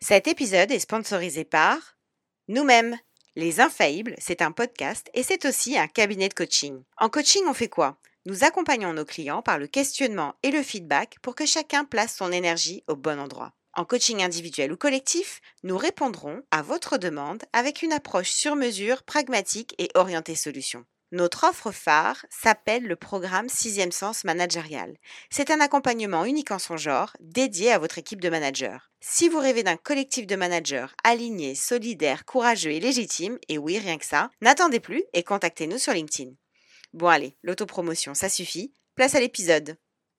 Cet épisode est sponsorisé par nous-mêmes. Les Infaillibles, c'est un podcast et c'est aussi un cabinet de coaching. En coaching, on fait quoi? Nous accompagnons nos clients par le questionnement et le feedback pour que chacun place son énergie au bon endroit. En coaching individuel ou collectif, nous répondrons à votre demande avec une approche sur mesure, pragmatique et orientée solution. Notre offre phare s'appelle le programme Sixième Sens Managérial. C'est un accompagnement unique en son genre, dédié à votre équipe de managers. Si vous rêvez d'un collectif de managers alignés, solidaires, courageux et légitimes, et oui, rien que ça, n'attendez plus et contactez-nous sur LinkedIn. Bon allez, l'autopromotion, ça suffit. Place à l'épisode.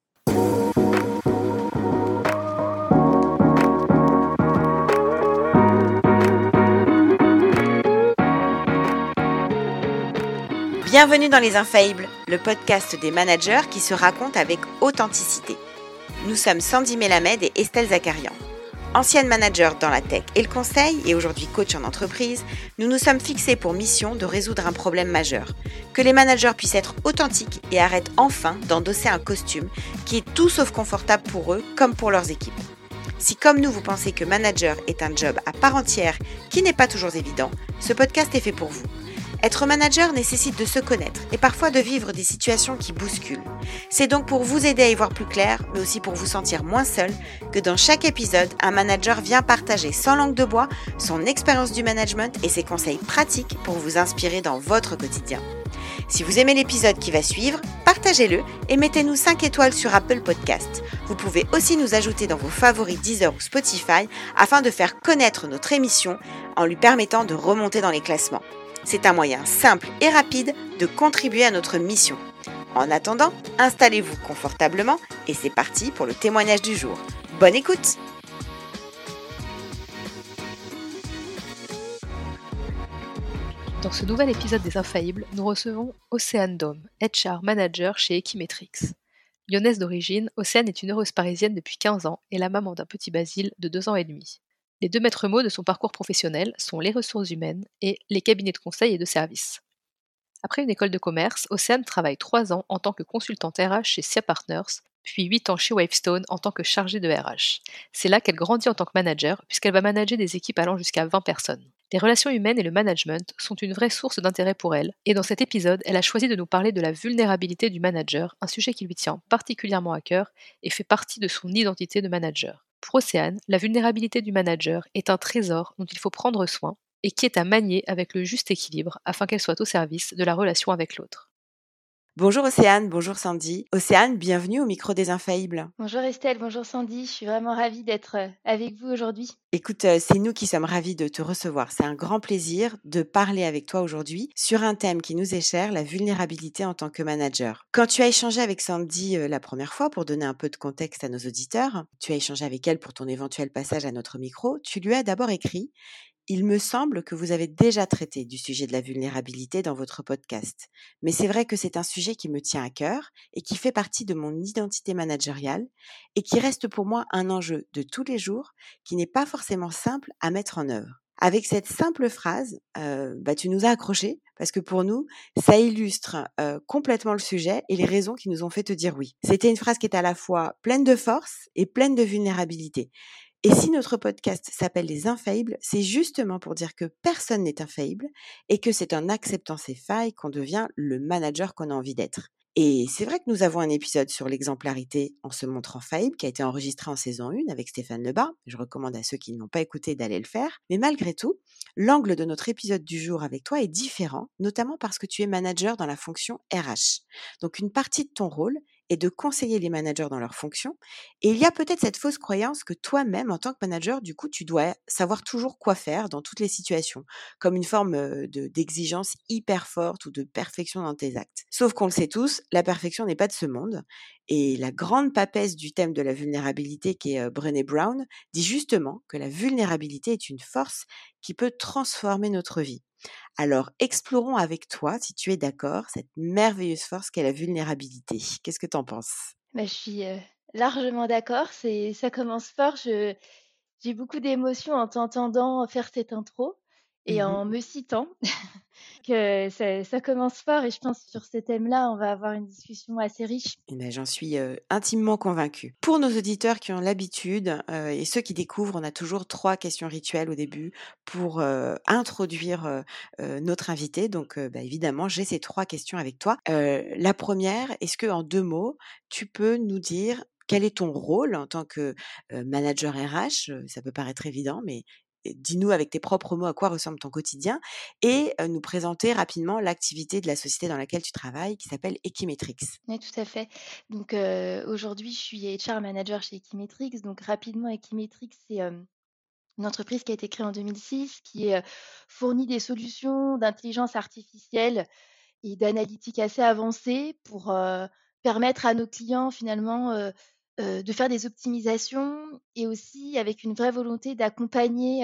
Bienvenue dans Les Infaillibles, le podcast des managers qui se racontent avec authenticité. Nous sommes Sandy Melamed et Estelle Zakarian. Anciennes managers dans la tech et le conseil et aujourd'hui coach en entreprise, nous nous sommes fixés pour mission de résoudre un problème majeur. Que les managers puissent être authentiques et arrêtent enfin d'endosser un costume qui est tout sauf confortable pour eux comme pour leurs équipes. Si comme nous vous pensez que manager est un job à part entière qui n'est pas toujours évident, ce podcast est fait pour vous. Être manager nécessite de se connaître et parfois de vivre des situations qui bousculent. C'est donc pour vous aider à y voir plus clair, mais aussi pour vous sentir moins seul, que dans chaque épisode, un manager vient partager sans langue de bois son expérience du management et ses conseils pratiques pour vous inspirer dans votre quotidien. Si vous aimez l'épisode qui va suivre, partagez-le et mettez-nous 5 étoiles sur Apple Podcast. Vous pouvez aussi nous ajouter dans vos favoris Deezer ou Spotify afin de faire connaître notre émission en lui permettant de remonter dans les classements. C'est un moyen simple et rapide de contribuer à notre mission. En attendant, installez-vous confortablement et c'est parti pour le témoignage du jour. Bonne écoute! Dans ce nouvel épisode des Infaillibles, nous recevons Océane Dom, HR Manager chez Equimetrix. Lyonnaise d'origine, Océane est une heureuse parisienne depuis 15 ans et la maman d'un petit Basile de 2 ans et demi. Les deux maîtres mots de son parcours professionnel sont les ressources humaines et les cabinets de conseil et de services. Après une école de commerce, Océane travaille 3 ans en tant que consultante RH chez SIA Partners, puis 8 ans chez Wavestone en tant que chargée de RH. C'est là qu'elle grandit en tant que manager, puisqu'elle va manager des équipes allant jusqu'à 20 personnes. Les relations humaines et le management sont une vraie source d'intérêt pour elle, et dans cet épisode, elle a choisi de nous parler de la vulnérabilité du manager, un sujet qui lui tient particulièrement à cœur et fait partie de son identité de manager. Pour Océane, la vulnérabilité du manager est un trésor dont il faut prendre soin et qui est à manier avec le juste équilibre afin qu'elle soit au service de la relation avec l'autre. Bonjour Océane, bonjour Sandy. Océane, bienvenue au micro des Infaillibles. Bonjour Estelle, bonjour Sandy, je suis vraiment ravie d'être avec vous aujourd'hui. Écoute, c'est nous qui sommes ravis de te recevoir. C'est un grand plaisir de parler avec toi aujourd'hui sur un thème qui nous est cher, la vulnérabilité en tant que manager. Quand tu as échangé avec Sandy la première fois, pour donner un peu de contexte à nos auditeurs, tu as échangé avec elle pour ton éventuel passage à notre micro, tu lui as d'abord écrit: il me semble que vous avez déjà traité du sujet de la vulnérabilité dans votre podcast. Mais c'est vrai que c'est un sujet qui me tient à cœur et qui fait partie de mon identité managériale et qui reste pour moi un enjeu de tous les jours qui n'est pas forcément simple à mettre en œuvre. Avec cette simple phrase, tu nous as accrochés parce que pour nous, ça illustre complètement le sujet et les raisons qui nous ont fait te dire oui. C'était une phrase qui est à la fois pleine de force et pleine de vulnérabilité. Et si notre podcast s'appelle Les Infaillibles, c'est justement pour dire que personne n'est infaillible et que c'est en acceptant ses failles qu'on devient le manager qu'on a envie d'être. Et c'est vrai que nous avons un épisode sur l'exemplarité en se montrant faillible qui a été enregistré en saison 1 avec Stéphane Lebas. Je recommande à ceux qui ne l'ont pas écouté d'aller le faire. Mais malgré tout, l'angle de notre épisode du jour avec toi est différent, notamment parce que tu es manager dans la fonction RH. Donc une partie de ton rôle est de conseiller les managers dans leur fonction. Et il y a peut-être cette fausse croyance que toi-même, en tant que manager, du coup, tu dois savoir toujours quoi faire dans toutes les situations, comme une forme d'exigence hyper forte ou de perfection dans tes actes. Sauf qu'on le sait tous, la perfection n'est pas de ce monde. Et la grande papesse du thème de la vulnérabilité, qui est Brené Brown, dit justement que la vulnérabilité est une force qui peut transformer notre vie. Alors, explorons avec toi, si tu es d'accord, cette merveilleuse force qu'est la vulnérabilité. Qu'est-ce que tu en penses? Je suis largement d'accord, ça commence fort. J'ai beaucoup d'émotions en t'entendant faire cette intro. et Mmh. en me citant que ça commence fort et je pense sur ce thème-là, on va avoir une discussion assez riche. Eh ben, j'en suis, intimement convaincue. Pour nos auditeurs qui ont l'habitude, et ceux qui découvrent, on a toujours 3 questions rituelles au début pour, introduire, notre invité. Donc, bah, évidemment, j'ai ces 3 questions avec toi. La première, est-ce que en 2 mots, tu peux nous dire quel est ton rôle en tant que, manager RH? Ça peut paraître évident, mais dis-nous avec tes propres mots à quoi ressemble ton quotidien et nous présenter rapidement l'activité de la société dans laquelle tu travailles qui s'appelle Equimetrix. Oui, tout à fait. Donc, aujourd'hui, je suis HR manager chez Equimetrix. Donc rapidement, Equimetrix, c'est, une entreprise qui a été créée en 2006, qui, fournit des solutions d'intelligence artificielle et d'analytique assez avancées pour, permettre à nos clients finalement, de faire des optimisations et aussi avec une vraie volonté d'accompagner,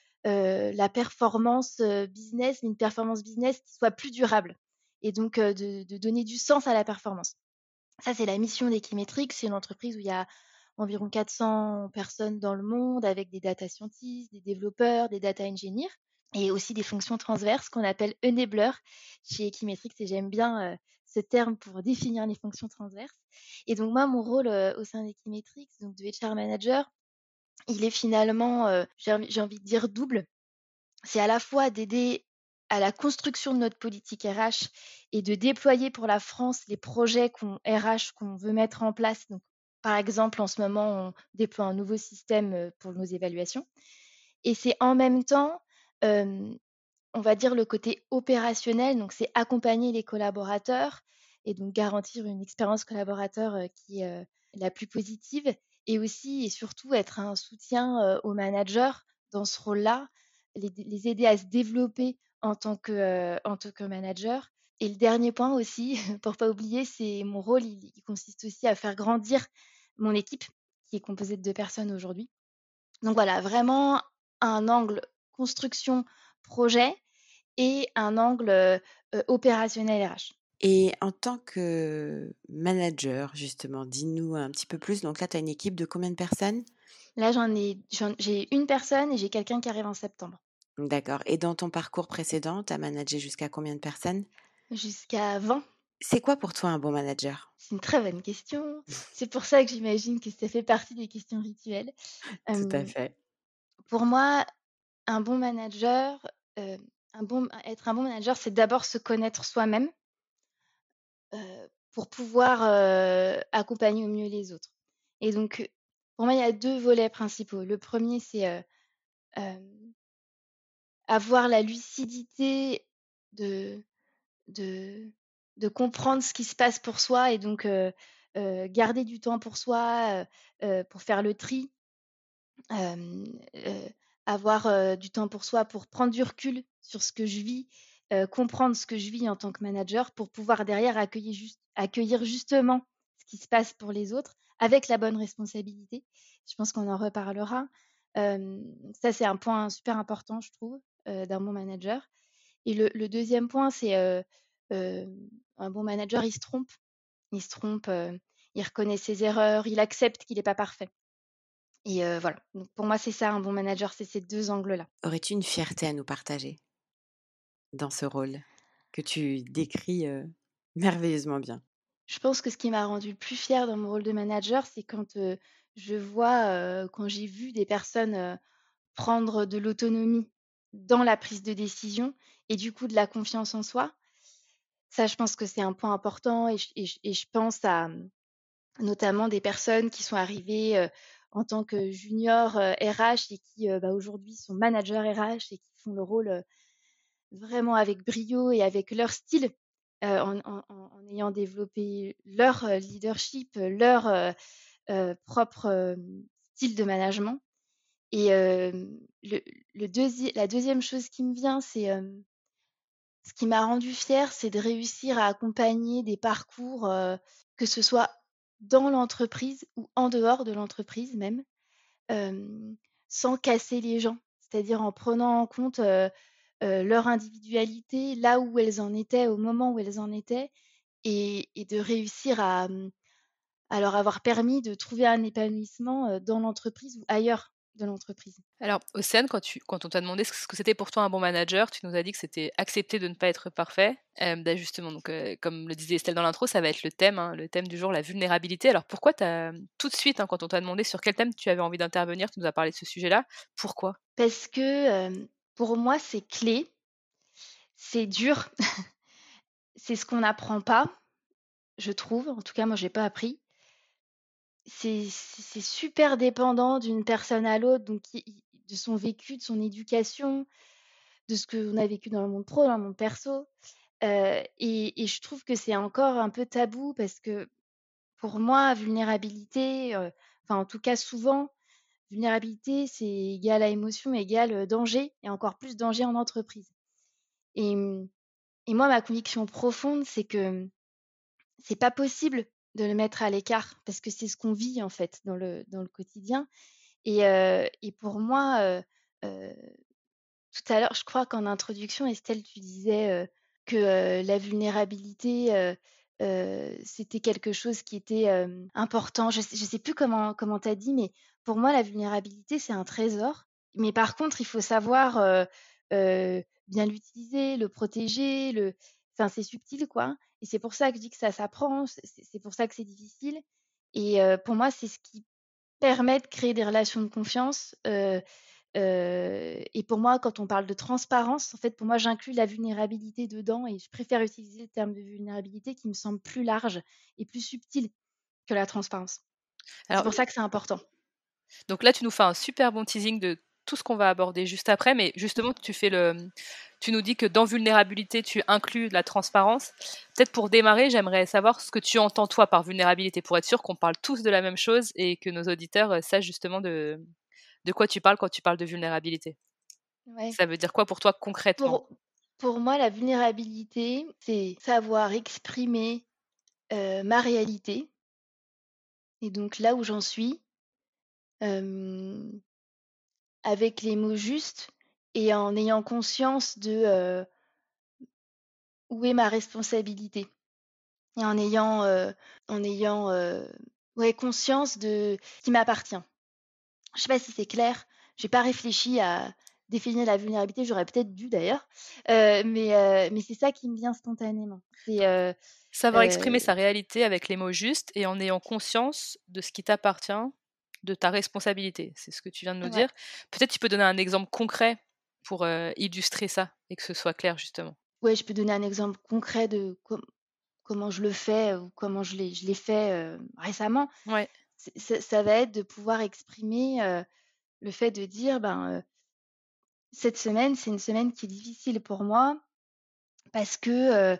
la performance, business, mais une performance business qui soit plus durable et donc, de donner du sens à la performance. Ça, c'est la mission d'Equimetrix. C'est une entreprise où il y a environ 400 personnes dans le monde avec des data scientists, des développeurs, des data engineers et aussi des fonctions transverses qu'on appelle enablers chez Equimetrix et j'aime bien, ce terme pour définir les fonctions transverses et donc moi, mon rôle, au sein d'Equimetrix, donc de HR manager, il est finalement, j'ai envie de dire double. C'est à la fois d'aider à la construction de notre politique RH et de déployer pour la France les projets RH qu'on veut mettre en place. Donc, par exemple, en ce moment, on déploie un nouveau système pour nos évaluations. Et c'est en même temps, euh, on va dire, le côté opérationnel. Donc, c'est accompagner les collaborateurs et donc garantir une expérience collaborateur qui est la plus positive et aussi et surtout être un soutien aux managers dans ce rôle-là, les aider à se développer en tant que manager. Et le dernier point aussi, pour pas oublier, c'est mon rôle, il consiste aussi à faire grandir mon équipe, qui est composée de 2 personnes aujourd'hui. Donc voilà, vraiment un angle construction projet et un angle, opérationnel RH. Et en tant que manager, justement, dis-nous un petit peu plus. Donc là, tu as une équipe de combien de personnes? Là, j'ai une personne et j'ai quelqu'un qui arrive en septembre. D'accord. Et dans ton parcours précédent, tu as managé jusqu'à combien de personnes? Jusqu'à 20. C'est quoi pour toi un bon manager? C'est une très bonne question. C'est pour ça que j'imagine que ça fait partie des questions rituelles. Tout à Hem, fait. pour moi, un bon manager, heu, être un bon manager, c'est d'abord se connaître soi-même, pour pouvoir, accompagner au mieux les autres. Et donc, pour moi, il y a 2 volets principaux. Le premier, c'est, hem, avoir la lucidité de de de comprendre ce qui se passe pour soi et donc, garder du temps pour soi, pour faire le tri. Hem, avoir, du temps pour soi, pour prendre du recul sur ce que je vis, comprendre ce que je vis en tant que manager pour pouvoir derrière accueillir justement ce qui se passe pour les autres avec la bonne responsabilité. Je pense qu'on en reparlera. Ça, c'est un point super important, je trouve, d'un bon manager et le 2e point, c'est, un bon manager, il se trompe. Il se trompe, il reconnaît ses erreurs, il accepte qu'il est pas parfait. Et voilà, donc pour moi, c'est ça un bon manager, c'est ces 2 angles-là. Aurais-tu une fierté à nous partager dans ce rôle que tu décris, merveilleusement bien? Je pense que ce qui m'a rendue le plus fière dans mon rôle de manager, c'est quand, je vois, quand j'ai vu des personnes, prendre de l'autonomie dans la prise de décision et du coup de la confiance en soi. Ça, je pense que c'est un point important et je pense à, notamment des personnes qui sont arrivées, en tant que juniors, RH et qui, bah, aujourd'hui sont managers RH et qui font le rôle, vraiment avec brio et avec leur style, en ayant développé leur, leadership, leur, propre, style de management et la deuxième chose qui me vient, c'est, ce qui m'a rendue fière, c'est de réussir à accompagner des parcours, que ce soit dans l'entreprise ou en dehors de l'entreprise même, hem, sans casser les gens. C'est-à-dire en prenant en compte, leur individualité, là où elles en étaient, au moment où elles en étaient et de réussir à leur avoir permis de trouver un épanouissement, dans l'entreprise ou ailleurs. de l'entreprise. Alors, Océane, quand on t'a demandé ce que c'était pour toi un bon manager, tu nous as dit que c'était accepter de ne pas être parfait. Justement, donc, comme le disait Estelle dans l'intro, ça va être le thème, hein, le thème du jour, la vulnérabilité. Alors pourquoi tout de suite, hein, quand on t'a demandé sur quel thème tu avais envie d'intervenir, tu nous as parlé de ce sujet-là. Pourquoi? Parce que, pour moi, c'est clé, c'est dur, c'est ce qu'on n'apprend pas, je trouve. En tout cas, moi, j'ai pas appris. C'est super dépendant d'une personne à l'autre, donc de son vécu, de son éducation, de ce qu'on a vécu dans le monde pro, dans le monde perso. Et je trouve que c'est encore un peu tabou parce que pour moi, vulnérabilité, enfin en tout cas souvent, vulnérabilité, c'est égal à émotion, égal danger, et encore plus danger en entreprise. Et, et moi, ma conviction profonde, c'est que c'est pas possible de le mettre à l'écart parce que c'est ce qu'on vit en fait dans le quotidien. Et pour moi, heu, tout à l'heure, je crois qu'en introduction, Estelle, tu disais, que, la vulnérabilité, c'était quelque chose qui était, important. Je sais plus comment tu as dit, mais pour moi, la vulnérabilité, c'est un trésor. Mais par contre, il faut savoir, bien l'utiliser, le protéger, enfin, c'est subtil, quoi. Et c'est pour ça que je dis que ça s'apprend, c'est pour ça que c'est difficile. Et pour moi, c'est ce qui permet de créer des relations de confiance. Et pour moi, quand on parle de transparence, en fait, pour moi, j'inclus la vulnérabilité dedans et je préfère utiliser le terme de vulnérabilité qui me semble plus large et plus subtil que la transparence. C'est Alors, pour ça que c'est important. donc là, tu nous fais un super bon teasing de tout ce qu'on va aborder juste après, mais justement, tu nous dis que dans vulnérabilité, tu inclus la transparence. Peut-être pour démarrer, j'aimerais savoir ce que tu entends toi par vulnérabilité, pour être sûr qu'on parle tous de la même chose et que nos auditeurs sachent justement de quoi tu parles quand tu parles de vulnérabilité. Ouais. Ça veut dire quoi pour toi concrètement? Pour, pour moi, la vulnérabilité, c'est savoir exprimer ma réalité et donc là où j'en suis, euh, avec les mots justes et en ayant conscience de où est ma responsabilité. Et en ayant, ouais, conscience de ce qui m'appartient. Je sais pas si c'est clair, j'ai pas réfléchi à définir la vulnérabilité, j'aurais peut-être dû d'ailleurs, mais c'est ça qui me vient spontanément. C'est, Savoir exprimer heu sa réalité avec les mots justes et en ayant conscience de ce qui t'appartient, de ta responsabilité. C'est ce que tu viens de nous ouais, dire. Peut-être tu peux donner un exemple concret pour, illustrer ça et que ce soit clair justement? ouais, je peux donner un exemple concret de comment je le fais ou comment je l'ai fait, récemment. Ouais. Ça va être de pouvoir exprimer, le fait de dire: «Ben, cette semaine, c'est une semaine qui est difficile pour moi parce que,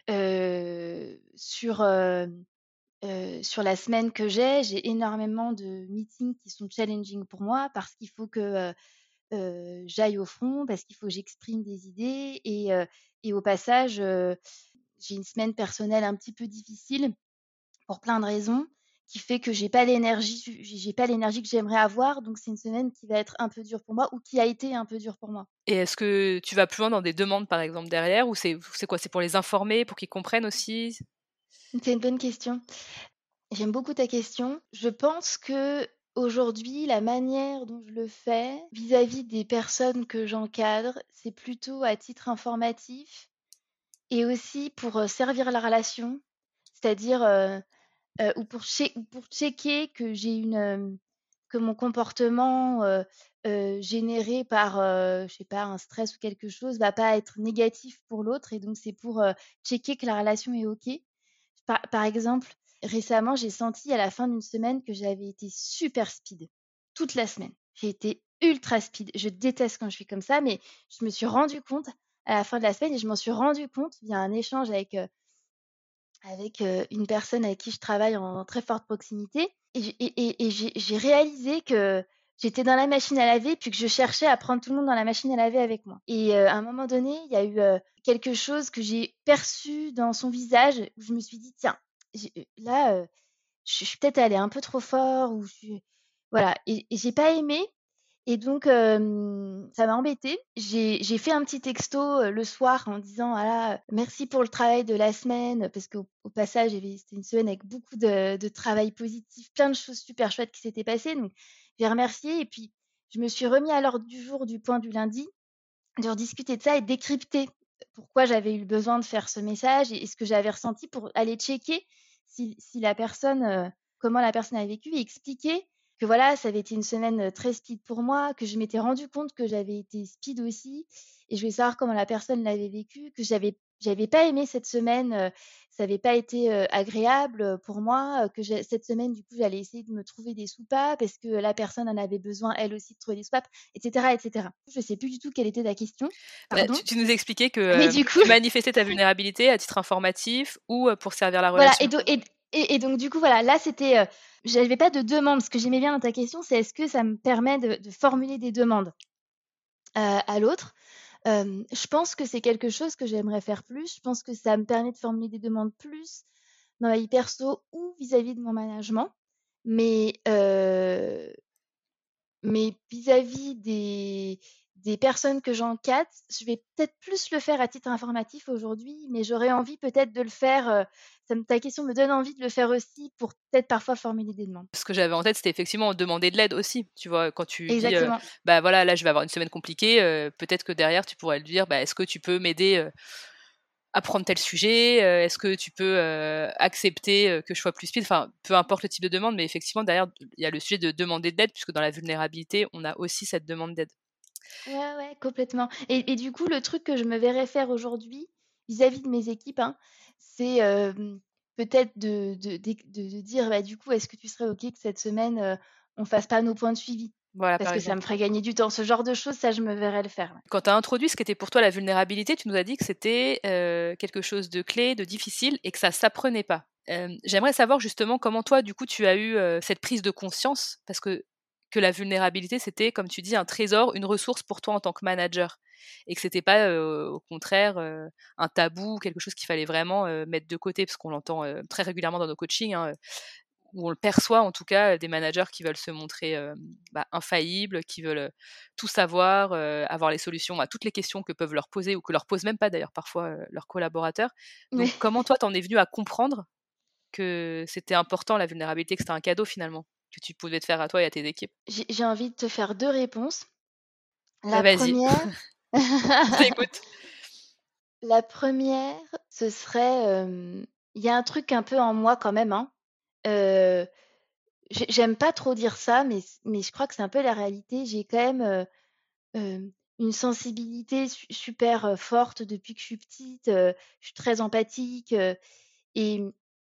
sur la semaine que j'ai énormément de meetings qui sont challenging pour moi parce qu'il faut que, j'aille au front, parce qu'il faut que j'exprime des idées et au passage, j'ai une semaine personnelle un petit peu difficile pour plein de raisons qui fait que j'ai pas l'énergie que j'aimerais avoir, donc c'est une semaine qui va être un peu dure pour moi ou qui a été un peu dure pour moi». Et est-ce que tu vas plus loin dans des demandes, par exemple, derrière ou c'est quoi? C'est pour les informer, pour qu'ils comprennent aussi? C'est une bonne question. J'aime beaucoup ta question. Je pense que aujourd'hui, la manière dont je le fais vis-à-vis des personnes que j'encadre, c'est plutôt à titre informatif et aussi pour servir la relation, c'est-à-dire ou pour checker que que mon comportement généré par, je sais pas, un stress ou quelque chose, va pas être négatif pour l'autre et donc c'est pour checker que la relation est OK. Par exemple, récemment, j'ai senti à la fin d'une semaine que j'avais été super speed, toute la semaine. J'ai été ultra speed. Je déteste quand je suis comme ça, mais je me suis rendu compte à la fin de la semaine et je m'en suis rendu compte via un échange avec une personne avec qui je travaille en très forte proximité et j'ai réalisé que j'étais dans la machine à laver, puis que je cherchais à prendre tout le monde dans la machine à laver avec moi et à un moment donné, il y a eu, quelque chose que j'ai perçu dans son visage où je me suis dit: «Tiens, là, je suis peut-être allée un peu trop fort» ou je suis voilà et j'ai pas aimé et donc ça m'a embêtée. J'ai fait un petit texto, le soir en disant: «Voilà, merci pour le travail de la semaine», parce qu'au passage, c'était une semaine avec beaucoup de travail positif, plein de choses super chouettes qui s'étaient passées, donc j'ai remercié et puis je me suis remis à l'ordre du jour du point du lundi, de rediscuter de ça et de décrypter pourquoi j'avais eu le besoin de faire ce message et ce que j'avais ressenti pour aller checker si la personne, comment la personne avait vécu et expliquer que voilà, ça avait été une semaine très speed pour moi, que je m'étais rendu compte que j'avais été speed aussi et je voulais savoir comment la personne l'avait vécu, que j'avais pas aimé cette semaine, ça avait pas été agréable pour moi, cette semaine, du coup, j'allais essayer de me trouver des soupapes parce que la personne en avait besoin, elle aussi, de trouver des soupapes, etc., etc. Je sais plus du tout quelle était ta question. Bah, Pardon. tu nous expliquais que, Mais du coup, tu manifestais ta vulnérabilité à titre informatif ou, pour servir la voilà. relation. Et donc, du coup, voilà, là, c'était, j'avais pas de demande. Ce que j'aimais bien dans ta question, c'est est-ce que ça me permet de formuler des demandes à l'autre. Je pense que c'est quelque chose que j'aimerais faire plus. Je pense que ça me permet de formuler des demandes plus dans la vie perso ou vis-à-vis de mon management. Mais, mais vis-à-vis des personnes que j'encadre, je vais peut-être plus le faire à titre informatif aujourd'hui, mais j'aurais envie peut-être de le faire, ta question me donne envie de le faire aussi pour peut-être parfois formuler des demandes. Ce que j'avais en tête, c'était effectivement demander de l'aide aussi, tu vois? Quand tu dis, Exactement. «Bah, voilà, là, je vais avoir une semaine compliquée», peut-être que derrière, tu pourrais lui dire: «Bah, est-ce que tu peux m'aider, à prendre tel sujet? Est-ce que tu peux, accepter, que je sois plus speed?» Enfin, peu importe le type de demande, mais effectivement, derrière, il y a le sujet de demander de l'aide puisque dans la vulnérabilité, on a aussi cette demande d'aide. Ouais, ouais, complètement. Et du coup, le truc que je me verrais faire aujourd'hui, vis-à-vis de mes équipes, hein, c'est peut-être de dire, bah, du coup, est-ce que tu serais OK que cette semaine, on fasse pas nos points de suivi? Voilà, Parce par que ça me exemple. ferait gagner du temps. Ce genre de choses, ça, je me verrais le faire. Ouais. Quand tu as introduit ce qu'était pour toi la vulnérabilité, tu nous as dit que c'était, quelque chose de clé, de difficile et que ça s'apprenait pas. J'aimerais savoir justement comment toi, du coup, tu as eu, cette prise de conscience parce que la vulnérabilité, c'était, comme tu dis, un trésor, une ressource pour toi en tant que manager et que c'était pas, au contraire, un tabou, quelque chose qu'il fallait vraiment, mettre de côté parce qu'on l'entend, très régulièrement dans nos coachings, hein, où on le perçoit en tout cas, des managers qui veulent se montrer, bah, infaillibles, qui veulent, tout savoir, avoir les solutions à toutes les questions que peuvent leur poser ou que leur posent même pas d'ailleurs parfois, leurs collaborateurs. Donc Mais comment toi t'en es venu à comprendre que c'était important la vulnérabilité, que c'était un cadeau finalement, que tu pouvais te faire à toi et à tes équipes? j'ai envie de te faire 2 réponses. Bah, La vas-y, première, je t'écoute. la première, ce serait, il y a un truc un peu en moi quand même, hein. Heu, j'aime pas trop dire ça, mais je crois que c'est un peu la réalité. J'ai quand même, une sensibilité super, forte depuis que je suis petite, je suis très empathique, et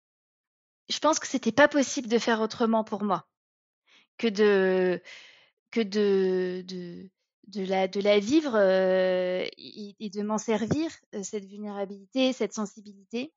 je pense que c'était pas possible de faire autrement pour moi que de que de la vivre, et de m'en servir, cette vulnérabilité, cette sensibilité.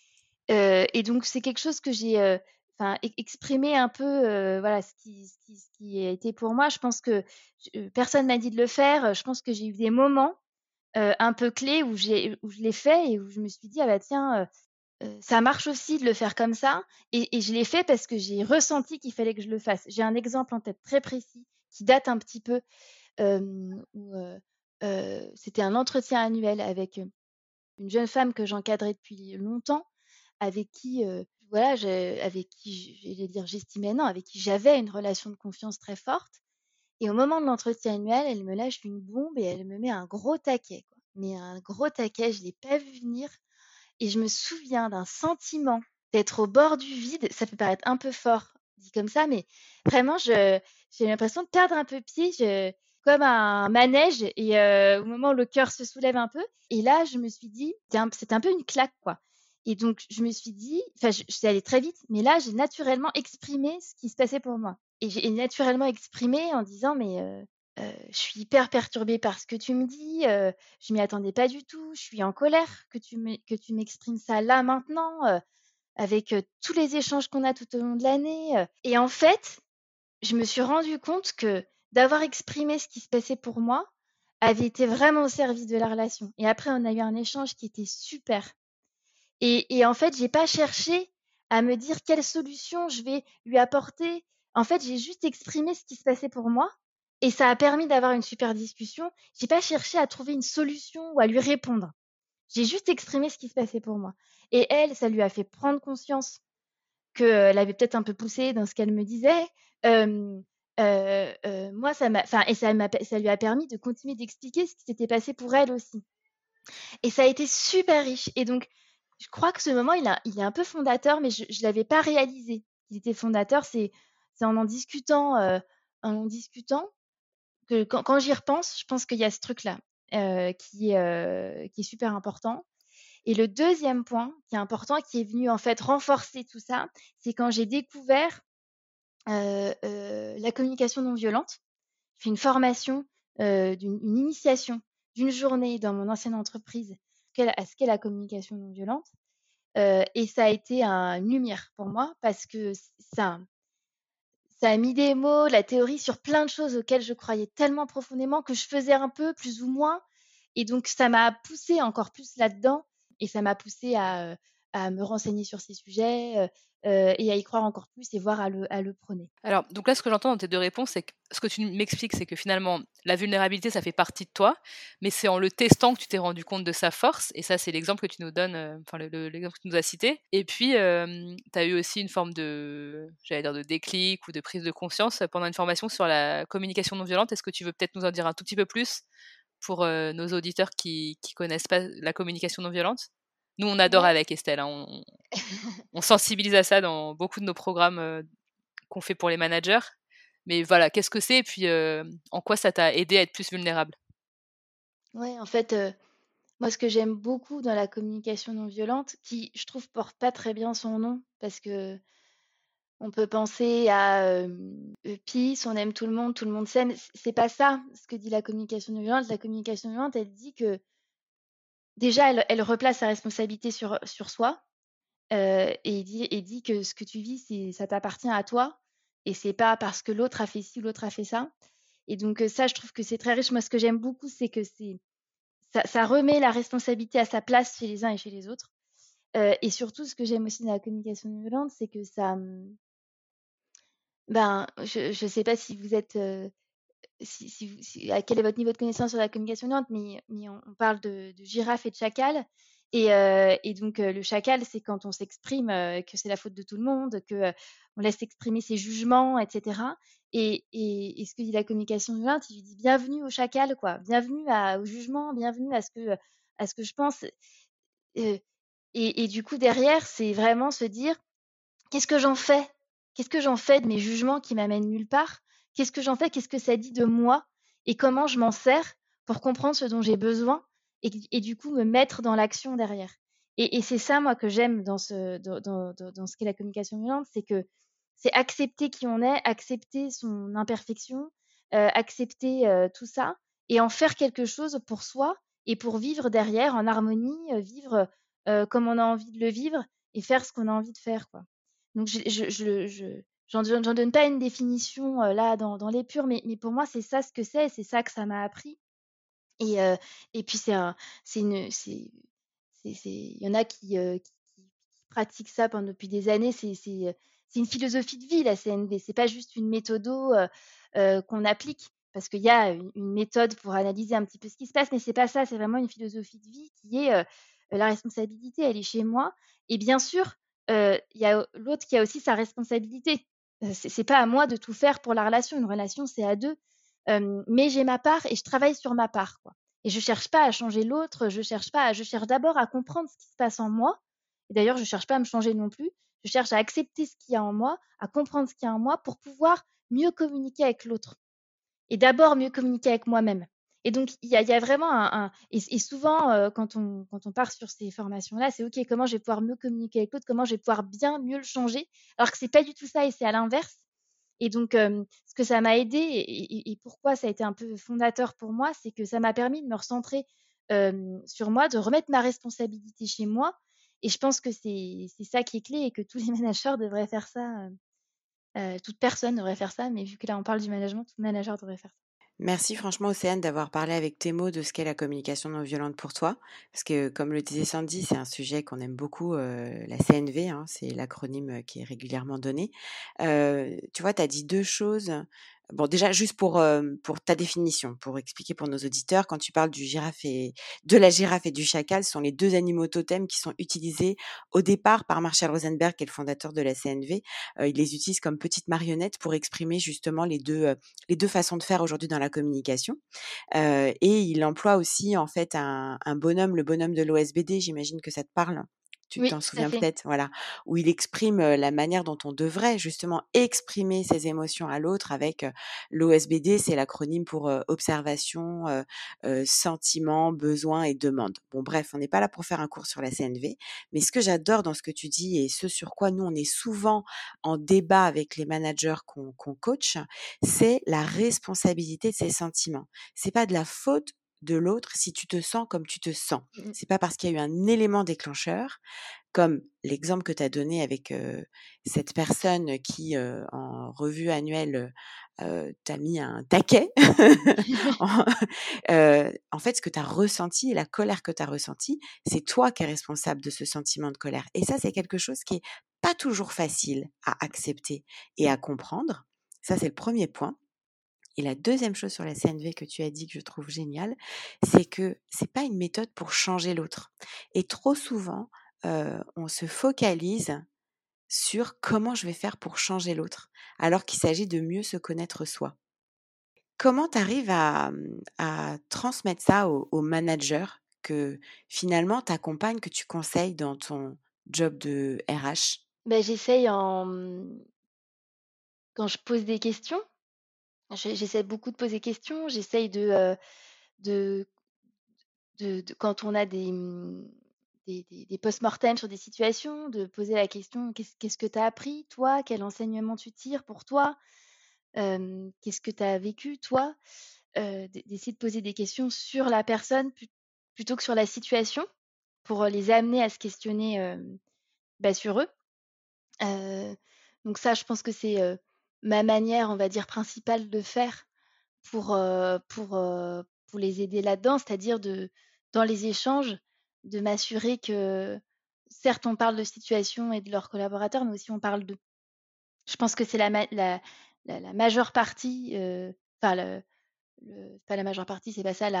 Et donc c'est quelque chose que j'ai, enfin exprimé un peu, voilà ce qui a été pour moi. Je pense que personne m'a dit de le faire, je pense que j'ai eu des moments, un peu clés où je l'ai fait et où je me suis dit: «Ah bah tiens, ça marche aussi de le faire comme ça», et je l'ai fait parce que j'ai ressenti qu'il fallait que je le fasse. J'ai un exemple en tête très précis qui date un petit peu, où, c'était un entretien annuel avec, une jeune femme que j'encadrais depuis longtemps, avec qui, voilà, avec qui j'allais dire j'estimais, non, avec qui j'avais une relation de confiance très forte, et au moment de l'entretien annuel, elle me lâche une bombe et elle me met un gros taquet, quoi. Mais un gros taquet, je l'ai pas vu venir, et je me souviens d'un sentiment d'être au bord du vide. Ça peut paraître un peu fort dit comme ça, mais vraiment j'ai l'impression de perdre un peu pied, comme un manège, et au moment où le cœur se soulève un peu, et là je me suis dit c'était un peu une claque, quoi. Et donc je me suis dit, enfin je suis allée très vite, mais là j'ai naturellement exprimé ce qui se passait pour moi, et j'ai naturellement exprimé en disant: «Mais je suis hyper perturbée par ce que tu me dis, je m'y attendais pas du tout. Je suis en colère que tu m'exprimes ça là maintenant, avec, tous les échanges qu'on a tout au long de l'année», et en fait, je me suis rendu compte que d'avoir exprimé ce qui se passait pour moi avait été vraiment au service de la relation, et après on a eu un échange qui était super, et en fait, j'ai pas cherché à me dire quelle solution je vais lui apporter. En fait, j'ai juste exprimé ce qui se passait pour moi, et ça a permis d'avoir une super discussion. J'ai pas cherché à trouver une solution ou à lui répondre. J'ai juste exprimé ce qui se passait pour moi, et elle, ça lui a fait prendre conscience qu'elle avait peut-être un peu poussé dans ce qu'elle me disait, hem, moi, ça lui a permis de continuer d'expliquer ce qui s'était passé pour elle aussi. Et ça a été super riche. Et donc, je crois que ce moment, il est un peu fondateur, mais je ne l'avais pas réalisé. Il était fondateur, c'est en en discutant que quand j'y repense, je pense qu'il y a ce truc-là qui est super important. Et le deuxième point qui est important, qui est venu en fait renforcer tout ça, c'est quand j'ai découvert la communication non violente. J'ai fait une formation, une initiation d'une journée dans mon ancienne entreprise à ce qu'est la communication non violente. Et ça a été une lumière pour moi parce que ça a mis des mots, la théorie sur plein de choses auxquelles je croyais tellement profondément que je faisais un peu, plus ou moins. Et donc, ça m'a poussée encore plus là-dedans et ça m'a poussée à me renseigner sur ces sujets et à y croire encore plus et voir à le prôner. Alors, donc là, ce que j'entends dans tes 2 réponses, c'est que ce que tu m'expliques, c'est que finalement, la vulnérabilité, ça fait partie de toi, mais c'est en le testant que tu t'es rendu compte de sa force et ça, c'est l'exemple que tu nous donnes, enfin l'exemple que tu nous as cité et puis, tu as eu aussi une forme de j'allais dire de déclic ou de prise de conscience, pendant une formation sur la communication non violente. Est-ce que tu veux peut-être nous en dire un tout petit peu plus pour, nos auditeurs qui connaissent pas la communication non violente? Nous, on adore Ouais. avec Estelle, hein, on sensibilise à ça dans beaucoup de nos programmes, qu'on fait pour les managers. Mais voilà, qu'est-ce que c'est et puis, en quoi ça t'a aidé à être plus vulnérable? Ouais, en fait, moi, ce que j'aime beaucoup dans la communication non violente, qui, je trouve, porte pas très bien son nom, parce que on peut penser à peace, on aime tout le monde s'aime. C'est pas ça ce que dit la communication non violente. La communication non violente, elle dit que déjà, elle replace sa responsabilité sur soi et dit que ce que tu vis, ça t'appartient à toi et c'est pas parce que l'autre a fait ci ou l'autre a fait ça. Et donc, ça, je trouve que c'est très riche. Moi, ce que j'aime beaucoup, c'est que ça remet la responsabilité à sa place chez les uns et chez les autres. Et surtout, ce que j'aime aussi dans la communication non violente, c'est que ben, je sais pas si vous êtes, quel est votre niveau de connaissance sur la communication non violente, mais on parle de girafe et de chacal. Et donc, le chacal, c'est quand on s'exprime, que c'est la faute de tout le monde, que on laisse exprimer ses jugements, etc. Et ce que dit la communication non violente, il lui dit bienvenue au chacal, quoi, bienvenue au jugement, bienvenue à ce que je pense. Euh, et du coup, derrière, c'est vraiment se dire qu'est-ce que j'en fais? Qu'est-ce que j'en fais de mes jugements qui m'amènent nulle part? Qu'est-ce que j'en fais? Qu'est-ce que ça dit de moi? Et comment je m'en sers pour comprendre ce dont j'ai besoin et du coup me mettre dans l'action derrière? Et c'est ça, moi, que j'aime dans ce qu'est la communication violente, c'est que c'est accepter qui on est, accepter son imperfection, accepter tout ça et en faire quelque chose pour soi et pour vivre derrière en harmonie, vivre comme on a envie de le vivre et faire ce qu'on a envie de faire, quoi. Donc j'en donne pas une définition là dans les purs, mais pour moi c'est ça ce que c'est ça que ça m'a appris. Et puis il y en a qui pratiquent ça depuis des années. C'est une philosophie de vie la CNV. C'est pas juste une méthodo qu'on applique parce qu'il y a une méthode pour analyser un petit peu ce qui se passe, mais c'est pas ça. C'est vraiment une philosophie de vie qui est la responsabilité, elle est chez moi. Et bien sûr, il y a l'autre qui a aussi sa responsabilité. C'est pas à moi de tout faire pour la relation. Une relation, c'est à deux. Mais j'ai ma part et je travaille sur ma part, quoi. Et je cherche pas à changer l'autre, je cherche d'abord à comprendre ce qui se passe en moi. Et d'ailleurs, je cherche pas à me changer non plus. Je cherche à accepter ce qu'il y a en moi, à comprendre ce qu'il y a en moi pour pouvoir mieux communiquer avec l'autre. Et d'abord mieux communiquer avec moi-même. Et donc, il y a vraiment et souvent, quand on part sur ces formations-là, c'est OK, comment je vais pouvoir mieux communiquer avec l'autre, comment je vais pouvoir bien mieux le changer, alors que c'est pas du tout ça et c'est à l'inverse. Et donc, ce que ça m'a aidé et pourquoi ça a été un peu fondateur pour moi, c'est que ça m'a permis de me recentrer sur moi, de remettre ma responsabilité chez moi. Et je pense que c'est ça qui est clé et que tous les managers devraient faire ça. Toute personne devrait faire ça, mais vu que là on parle du management, tout manager devrait faire ça. Merci franchement Océane d'avoir parlé avec tes mots de ce qu'est la communication non violente pour toi. Parce que comme le disait Sandy, c'est un sujet qu'on aime beaucoup, la CNV, hein, c'est l'acronyme qui est régulièrement donné. Tu vois, tu as dit deux choses Bon, déjà, juste pour ta définition, pour expliquer pour nos auditeurs, quand tu parles de la girafe et du chacal, ce sont les 2 animaux totems qui sont utilisés au départ par Marshall Rosenberg, qui est le fondateur de la CNV. Il les utilise comme petites marionnettes pour exprimer justement les 2 façons de faire aujourd'hui dans la communication. Et il emploie aussi en fait un bonhomme, le bonhomme de l'OSBD, j'imagine que ça te parle? Tu Oui, t'en tout à souviens fait. peut-être? Voilà, où il exprime, la manière dont on devrait justement exprimer ses émotions à l'autre avec, l'OSBD, c'est l'acronyme pour, observation, sentiment, besoin et demande. Bon bref, on n'est pas là pour faire un cours sur la CNV, mais ce que j'adore dans ce que tu dis et ce sur quoi nous on est souvent en débat avec les managers qu'on coach, c'est la responsabilité de ses sentiments. C'est pas de la faute de l'autre si tu te sens comme tu te sens. Mmh. C'est pas parce qu'il y a eu un élément déclencheur, comme l'exemple que tu as donné avec, cette personne qui, en revue annuelle, t'a mis un taquet. En en fait, ce que tu as ressenti, la colère que tu as ressentie, c'est toi qui es responsable de ce sentiment de colère et ça, c'est quelque chose qui est pas toujours facile à accepter et à comprendre. Ça, c'est le premier point. Et la deuxième chose sur la CNV que tu as dit que je trouve géniale, c'est que c'est pas une méthode pour changer l'autre. Et trop souvent, on se focalise sur comment je vais faire pour changer l'autre, alors qu'il s'agit de mieux se connaître soi. Comment tu arrives à transmettre ça aux managers que finalement tu accompagnes, que tu conseilles dans ton job de RH? Bah, j'essaye quand je pose des questions, j'essaie beaucoup de poser des questions, j'essaye de quand on a des post-mortem sur des situations, de poser la question: «Qu'est-ce que tu as appris toi? Quel enseignement tu tires pour toi? Qu'est-ce que tu as vécu toi?» D'essayer de poser des questions sur la personne plutôt que sur la situation pour, les amener à se questionner, bah, sur eux. Heu, donc ça, je pense que c'est, ma manière, on va dire, principale de faire pour les aider là-dedans. C'est-à-dire dans les échanges, de m'assurer que, certes, on parle de situation et de leurs collaborateurs, mais aussi on parle d'eux. Je pense que c'est la majeure partie, enfin pas la majeure partie, c'est pas ça,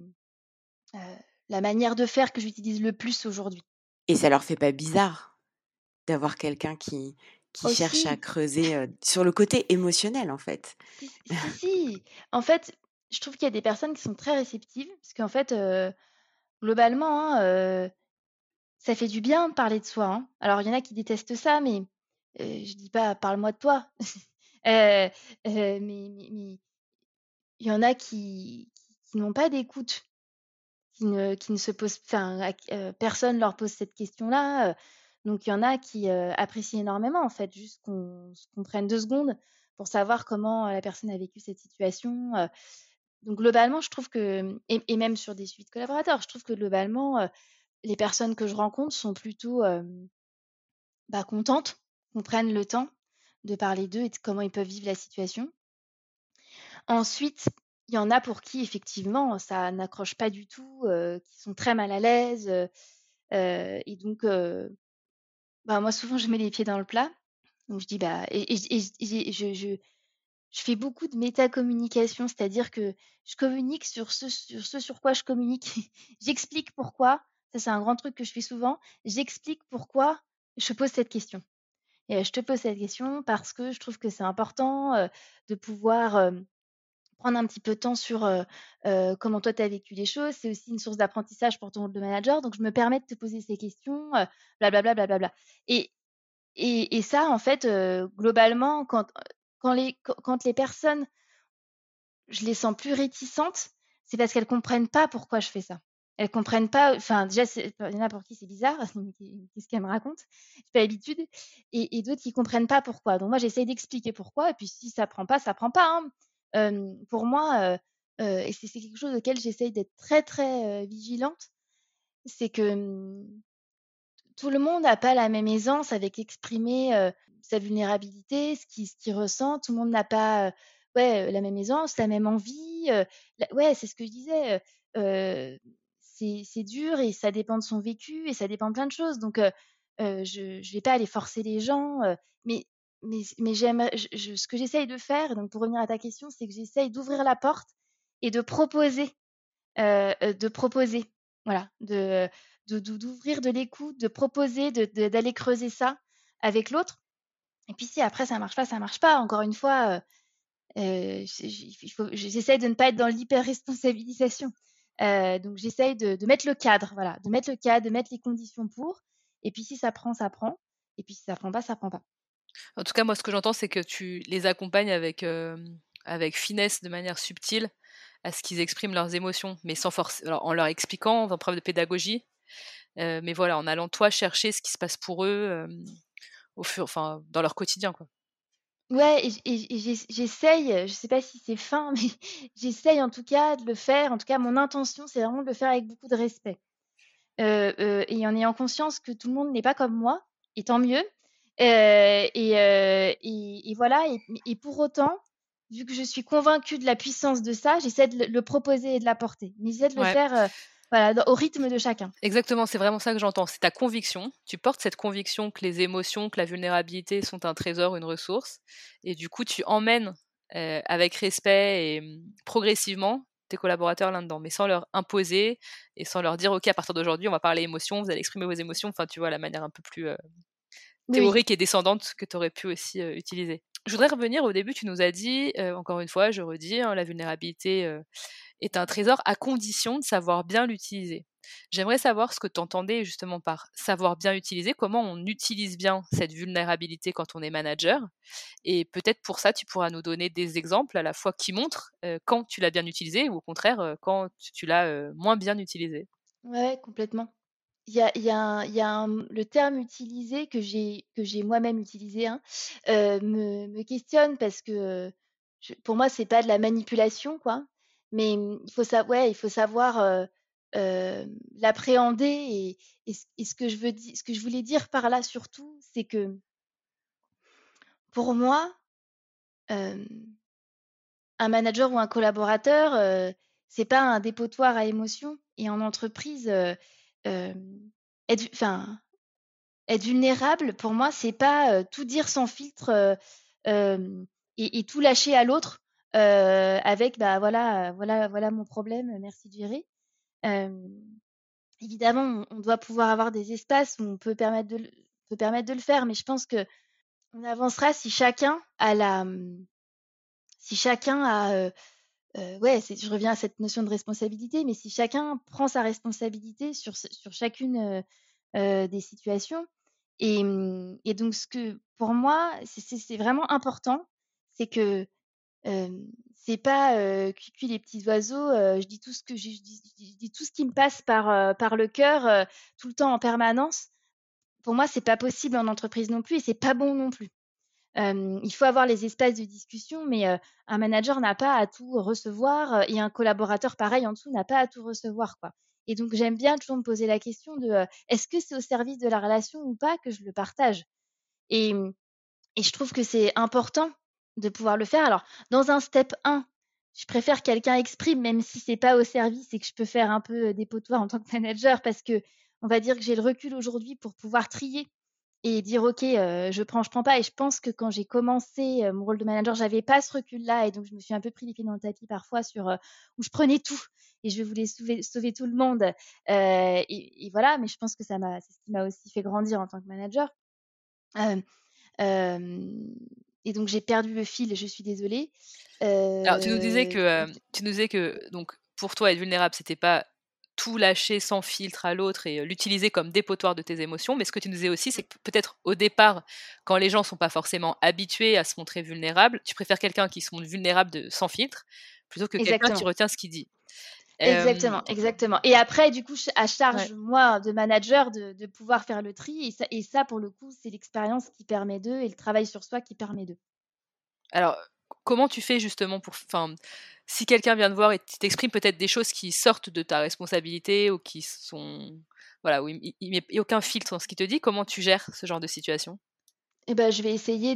la manière de faire que j'utilise le plus aujourd'hui. Et ça leur fait pas bizarre d'avoir quelqu'un qui cherche à Aussi, creuser, sur le côté émotionnel, en fait? si. En fait, je trouve qu'il y a des personnes qui sont très réceptives parce qu'en fait, globalement, hein, ça fait du bien de parler de soi, hein. Alors il y en a qui détestent ça, mais, je dis pas: «Parle-moi de toi». Heu, mais il y en a qui n'ont pas d'écoute, qui ne se posent enfin, personne leur pose cette question-là, donc il y en a qui, apprécient énormément, en fait, juste qu'on prenne 2 secondes pour savoir comment, la personne a vécu cette situation, donc globalement, je trouve que et même sur des suites collaborateurs, je trouve que globalement, les personnes que je rencontre sont plutôt, bah, contentes qu'on prenne le temps de parler d'eux et de comment ils peuvent vivre la situation. Ensuite, il y en a pour qui effectivement ça n'accroche pas du tout, qui sont très mal à l'aise, et donc bah, moi souvent je mets les pieds dans le plat. Donc je dis: «Bah» et je fais beaucoup de métacommunication, c'est-à-dire que je communique sur ce sur quoi je communique. J'explique pourquoi, ça c'est un grand truc que je fais souvent, j'explique pourquoi je pose cette question. Et je te pose cette question parce que je trouve que c'est important, de pouvoir, prendre un petit peu de temps sur, comment toi tu as vécu les choses. C'est aussi une source d'apprentissage pour ton rôle de manager, donc je me permets de te poser ces questions, blablabla, blablabla. Et et ça en fait, globalement quand les personnes, je les sens plus réticentes, c'est parce qu'elles comprennent pas pourquoi je fais ça. Elles comprennent pas, enfin déjà il y en a pour qui c'est bizarre, «Qu'est-ce qu'elle me raconte?» J'ai pas l'habitude et d'autres qui comprennent pas pourquoi. Donc moi j'essaye d'expliquer pourquoi et puis si ça prend pas, hein. Pour moi, et c'est quelque chose auquel j'essaye d'être très, très, vigilante, c'est que, tout le monde n'a pas la même aisance avec exprimer, sa vulnérabilité, ce qu'il ressent. Tout le monde n'a pas, ouais, la même aisance, la même envie, la ouais, c'est ce que je disais, c'est dur et ça dépend de son vécu et ça dépend de plein de choses. Donc je vais pas aller forcer les gens, mais mais j'aimerais, ce que j'essaye de faire, donc pour revenir à ta question, c'est que j'essaye d'ouvrir la porte et de proposer, voilà, d'ouvrir de l'écoute, de proposer, d'aller creuser ça avec l'autre. Et puis si après ça marche pas, ça marche pas. Encore une fois, j'essaye de ne pas être dans l'hyper-responsabilisation. Donc j'essaye de mettre le cadre, voilà, de mettre le cadre, de mettre les conditions pour. Et puis si ça prend, ça prend. Et puis si ça prend pas, ça prend pas. En tout cas, moi, ce que j'entends, c'est que tu les accompagnes avec finesse, de manière subtile, à ce qu'ils expriment leurs émotions, mais sans force, alors en leur expliquant, en preuve de pédagogie, mais voilà, en allant toi chercher ce qui se passe pour eux, enfin, dans leur quotidien, quoi. Ouais, j'essaye, je sais pas si c'est fin, mais j'essaye en tout cas de le faire. En tout cas, mon intention, c'est vraiment de le faire avec beaucoup de respect. Et en ayant conscience que tout le monde n'est pas comme moi, et tant mieux. Et voilà, et pour autant, vu que je suis convaincue de la puissance de ça, j'essaie de le proposer et de l'apporter. Mais j'essaie de le Ouais, faire voilà, au rythme de chacun. exactement, c'est vraiment ça que j'entends. C'est ta conviction. Tu portes cette conviction que les émotions, que la vulnérabilité sont un trésor, une ressource, et du coup, tu emmènes avec respect et progressivement tes collaborateurs là-dedans, mais sans leur imposer et sans leur dire, OK, à partir d'aujourd'hui, on va parler émotions, vous allez exprimer vos émotions. Enfin, tu vois, la manière un peu plus Oui, oui. théorique et descendante que tu aurais pu aussi utiliser. Je voudrais revenir au début, tu nous as dit, encore une fois, je redis, hein, la vulnérabilité est un trésor à condition de savoir bien l'utiliser. J'aimerais savoir ce que tu entendais justement par savoir bien utiliser, comment on utilise bien cette vulnérabilité quand on est manager. Et peut-être pour ça, tu pourras nous donner des exemples à la fois qui montrent quand tu l'as bien utilisé ou au contraire quand tu l'as moins bien utilisé. Ouais, ouais, complètement. Il y a le terme utilisé que j'ai moi-même utilisé, hein, me questionne parce que pour moi, c'est pas de la manipulation, quoi. Mais il faut savoir l'appréhender et ce que je voulais dire par là surtout, c'est que pour moi, euh, un manager ou un collaborateur, c'est pas un dépotoir à émotions. Et en entreprise, euh, enfin, être vulnérable, pour moi, c'est pas tout dire sans filtre et tout lâcher à l'autre avec bah voilà mon problème, merci de gérer. Euh, Évidemment, on doit pouvoir avoir des espaces où on peut peut permettre de le faire, mais je pense que on avancera si chacun a si chacun a ouais, je reviens à cette notion de responsabilité, mais si chacun prend sa responsabilité sur chacune des situations. Et donc, pour moi, c'est vraiment important, c'est que c'est pas cuicui les petits oiseaux, je dis tout ce que je dis tout ce qui me passe par le cœur tout le temps en permanence. Pour moi, c'est pas possible en entreprise non plus et c'est pas bon non plus. Il faut avoir les espaces de discussion, mais un manager n'a pas à tout recevoir et un collaborateur pareil en dessous n'a pas à tout recevoir, quoi. Et donc j'aime bien toujours me poser la question de est-ce que c'est au service de la relation ou pas que je le partage. Et, et je trouve que c'est important de pouvoir le faire. Alors dans un step 1, je préfère que quelqu'un exprime, même si c'est pas au service et que je peux faire un peu dépotoir en tant que manager, parce que on va dire que j'ai le recul aujourd'hui pour pouvoir trier et dire: «OK, je prends pas» et je pense que quand j'ai commencé, mon rôle de manager, j'avais pas ce recul-là et donc je me suis un peu pris les pieds dans le tapis parfois où je prenais tout et je voulais sauver tout le monde, et voilà, mais je pense que c'est ce qui m'a aussi fait grandir en tant que manager. Hem, hem et donc j'ai perdu le fil, je suis désolée. Alors, Donc tu nous disais que donc pour toi, être vulnérable, c'était pas tout lâcher sans filtre à l'autre et l'utiliser comme dépotoir de tes émotions, mais ce que tu nous disais aussi, c'est que peut-être au départ, quand les gens sont pas forcément habitués à se montrer vulnérables, tu préfères quelqu'un qui se montre vulnérable sans filtre, plutôt que quelqu'un qui exactement. retient ce qu'il dit. Exactement, Hem, exactement. Et après, du coup, à ouais. charge, moi, de manager, de pouvoir faire le tri. Et ça, pour le coup, c'est l'expérience qui permet d'eux et le travail sur soi qui permet d'eux. Alors, comment tu fais justement pour enfin, si quelqu'un vient te voir et t'exprime peut-être des choses qui sortent de ta responsabilité ou qui sont voilà, où il met aucun filtre dans ce qu'il te dit, comment tu gères ce genre de situation? Et ben, je vais essayer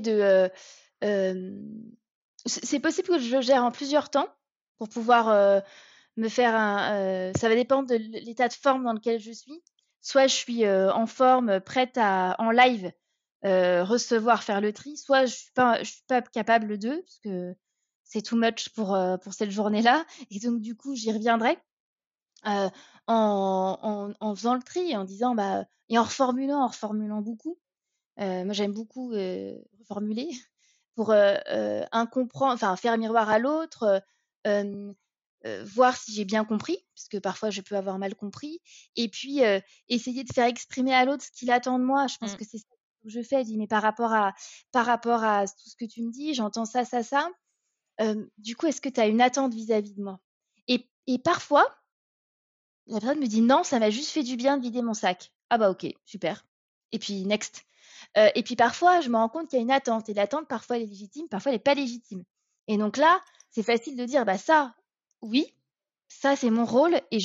hem, c'est possible que je le gère en plusieurs temps pour pouvoir me faire ça va dépendre de l'état de forme dans lequel je suis. Soit je suis en forme, prête en live, recevoir, faire le tri, soit je suis pas capable de, parce que c'est too much pour cette journée-là. Et donc, du coup, j'y reviendrai euh, en faisant le tri, en disant, bah, et en reformulant beaucoup. Moi, j'aime beaucoup reformuler pour enfin, faire miroir à l'autre, voir si j'ai bien compris, parce que parfois je peux avoir mal compris, et puis essayer de faire exprimer à l'autre ce qu'il attend de moi. Je pense Mmh. que c'est ça que je fais. Je dis, mais par rapport à tout ce que tu me dis, j'entends ça, ça, ça. Du coup, est-ce que tu as une attente vis-à-vis de moi? Et parfois, la personne me dit non, ça m'a juste fait du bien de vider mon sac. Ah bah ok, super. Et puis next. Et puis parfois, je me rends compte qu'il y a une attente. Et l'attente, parfois, elle est légitime, parfois, elle n'est pas légitime. Et donc là, c'est facile de dire, bah ça, oui, ça, c'est mon rôle et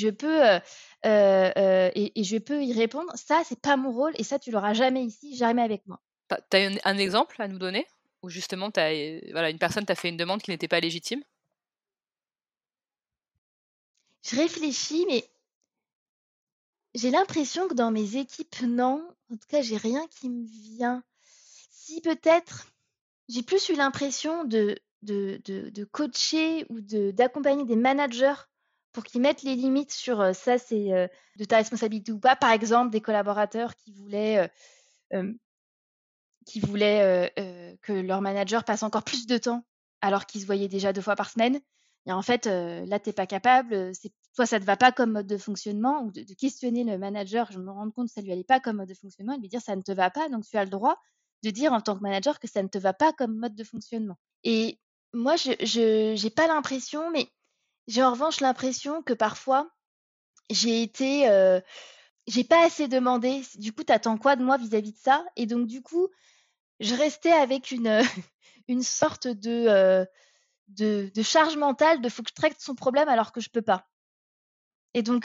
et je peux y répondre. Ça, c'est pas mon rôle et ça, tu l'auras jamais ici, jamais avec moi. T'as un exemple à nous donner où justement voilà, une personne t'a fait une demande qui n'était pas légitime? Je réfléchis, mais j'ai l'impression que dans mes équipes, non. En tout cas, j'ai rien qui me vient. Si peut-être, j'ai plus eu l'impression de coacher ou d'accompagner des managers pour qu'ils mettent les limites sur ça, c'est de ta responsabilité ou pas. Par exemple, des collaborateurs euh, qui voulaient que leur manager passe encore plus de temps alors qu'ils se voyaient déjà 2 fois par semaine. Et en fait, là, tu n'es pas capable, toi, ça ne te va pas comme mode de fonctionnement, ou de questionner le manager, je me rends compte que ça ne lui allait pas comme mode de fonctionnement, et de lui dire ça ne te va pas, donc tu as le droit de dire en tant que manager que ça ne te va pas comme mode de fonctionnement. Et moi, je n'ai pas l'impression, mais j'ai en revanche l'impression que parfois, j'ai été, j'ai pas assez demandé. Du coup, tu attends quoi de moi vis-à-vis de ça? Et donc, du coup, je restais avec une sorte de charge mentale de faut que je traite son problème alors que je peux pas. Et donc,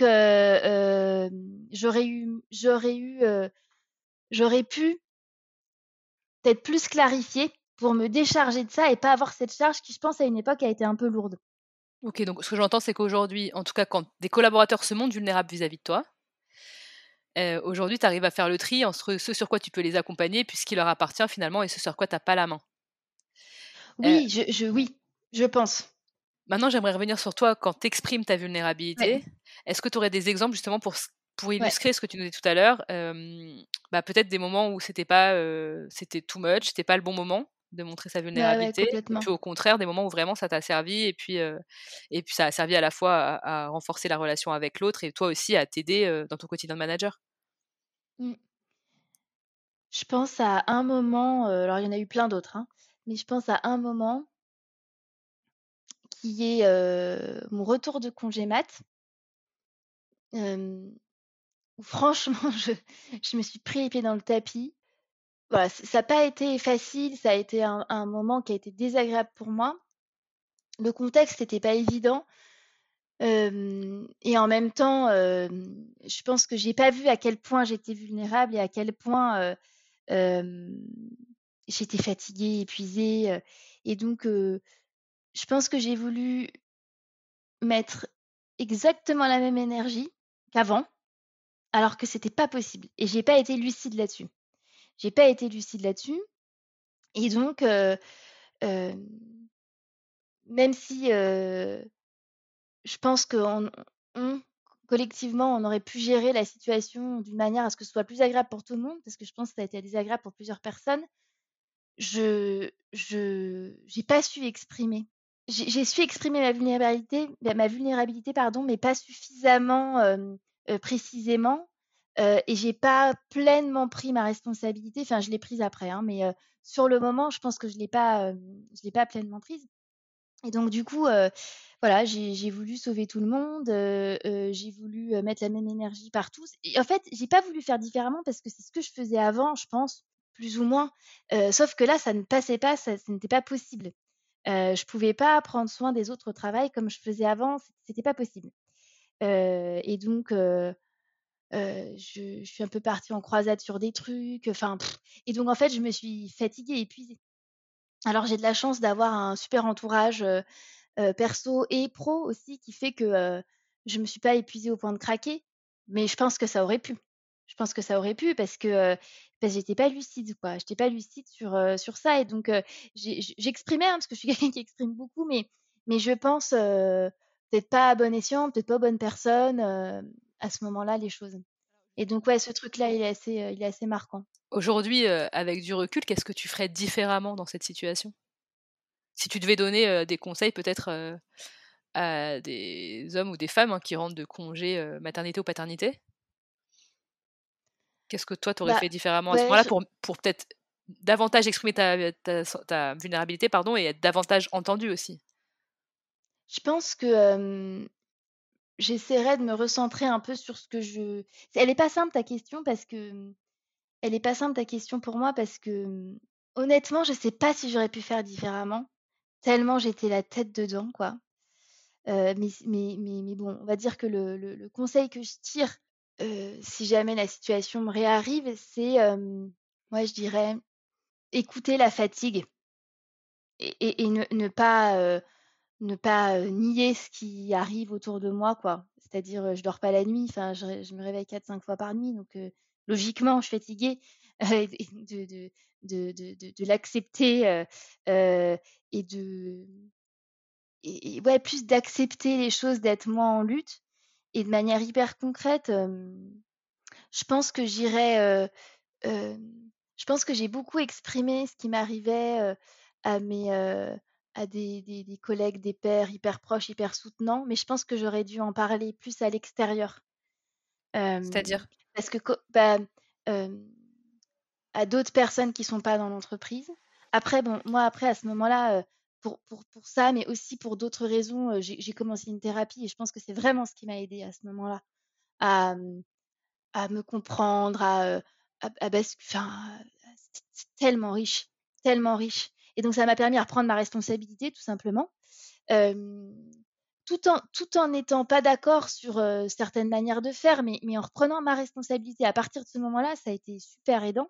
j'aurais pu peut-être plus clarifier pour me décharger de ça et pas avoir cette charge qui, je pense, à une époque, a été un peu lourde. OK, donc ce que j'entends, c'est qu'aujourd'hui, en tout cas, quand des collaborateurs se montrent vulnérables vis-à-vis de toi, aujourd'hui, tu arrives à faire le tri entre ce sur quoi tu peux les accompagner, puis ce qui leur appartient finalement et ce sur quoi tu as pas la main. Heu, Oui, oui, je pense. Maintenant, j'aimerais revenir sur toi quand tu exprimes ta Ouais, vulnérabilité. Est-ce que tu aurais des exemples justement pour ouais. illustrer ce que tu nous disais tout à l'heure? Bah, peut-être des moments où c'était pas, c'était too much, c'était pas le bon moment de montrer sa Ouais, ouais, vulnérabilité et complètement. puis au contraire, des moments où vraiment ça t'a servi et puis ça a servi à la fois à renforcer la relation avec l'autre et toi aussi à t'aider, dans ton quotidien de manager? Mmh. Je pense à un moment, alors il y en a eu plein d'autres, hein, mais je pense à un moment qui est, mon retour de congé mat. Hem, Où franchement je me suis pris les pieds dans le tapis. Voilà, ça a pas été facile, ça a été un moment qui a été désagréable pour moi. Le contexte n'était pas évident, et en même temps, je pense que j'ai pas vu à quel point j'étais vulnérable et à quel point, hem, j'étais fatiguée, épuisée, et donc je pense que j'ai voulu mettre exactement la même énergie qu'avant, alors que c'était pas possible et j'ai pas été lucide là-dessus. J'ai pas été lucide là-dessus et donc hem, même si, je pense on collectivement, on aurait pu gérer la situation d'une manière à ce que ce soit plus agréable pour tout le monde, parce que je pense que ça a été désagréable pour plusieurs personnes. J'ai pas su exprimer. J'ai su exprimer ma vulnérabilité, pardon, mais pas suffisamment, précisément, et j'ai pas pleinement pris ma responsabilité. Enfin, je l'ai prise après, hein, mais sur le moment, je pense que je l'ai pas pleinement prise. Et donc du coup, voilà, j'ai voulu sauver tout le monde, j'ai voulu, mettre la même énergie partout et en fait, j'ai pas voulu faire différemment parce que c'est ce que je faisais avant, je pense, plus ou moins, sauf que là, ça ne passait pas, ça n'était pas possible. Je pouvais pas prendre soin des autres au travail comme je faisais avant, c'était pas possible. Et donc je suis un peu partie en croisade sur des trucs, enfin et donc en fait, je me suis fatiguée, épuisée. Alors j'ai de la chance d'avoir un super entourage, perso et pro aussi qui fait que, je me suis pas épuisée au point de craquer, mais je pense que ça aurait pu. Je pense que ça aurait pu parce que j'étais pas lucide, quoi. J'étais pas lucide sur ça et donc j'exprimais, hein, parce que je suis quelqu'un qui exprime beaucoup, mais je pense, peut-être pas à bon escient, peut-être pas aux bonnes personnes, à ce moment-là, les choses et donc ouais, ce truc-là, il est assez marquant. Aujourd'hui, avec du recul, qu'est-ce que tu ferais différemment dans cette situation? Si tu devais donner, des conseils peut-être, à des hommes ou des femmes, hein, qui rentrent de congé, maternité ou paternité? Qu'est-ce que toi, tu aurais Bah, fait différemment à ce ouais, moment-là pour peut-être davantage exprimer ta vulnérabilité, pardon, et être davantage entendu aussi? je pense que, j'essaierais de me recentrer un peu sur ce que je elle est pas simple ta question parce que, elle est pas simple ta question pour moi parce que, honnêtement, je sais pas si j'aurais pu faire différemment, tellement j'étais la tête dedans, quoi. Mais bon, on va dire que le conseil que je tire, si jamais la situation me réarrive, c'est, ouais, je dirais écouter la fatigue et ne pas, nier ce qui arrive autour de moi, quoi. C'est-à-dire, je dors pas la nuit, enfin, je me réveille 4-5 fois par nuit, donc logiquement, je suis fatiguée, et de l'accepter, et de et ouais, plus d'accepter les choses, d'être moins en lutte et de manière hyper concrète, je pense que je pense que j'ai beaucoup exprimé ce qui m'arrivait, à mes, à des collègues, des pairs hyper proches, hyper soutenants, mais je pense que j'aurais dû en parler plus à l'extérieur. C'est-à-dire? Parce que hem, à d'autres personnes qui sont pas dans l'entreprise. Après bon, moi après à ce moment-là, pour ça, mais aussi pour d'autres raisons, j'ai commencé une thérapie et je pense que c'est vraiment ce qui m'a aidée à ce moment-là à, à me comprendre, à enfin, c'est tellement riche et donc ça m'a permis à reprendre ma responsabilité tout simplement, hem, tout en n'étant pas d'accord sur, certaines manières de faire, mais en reprenant ma responsabilité. À partir de ce moment-là, ça a été super aidant.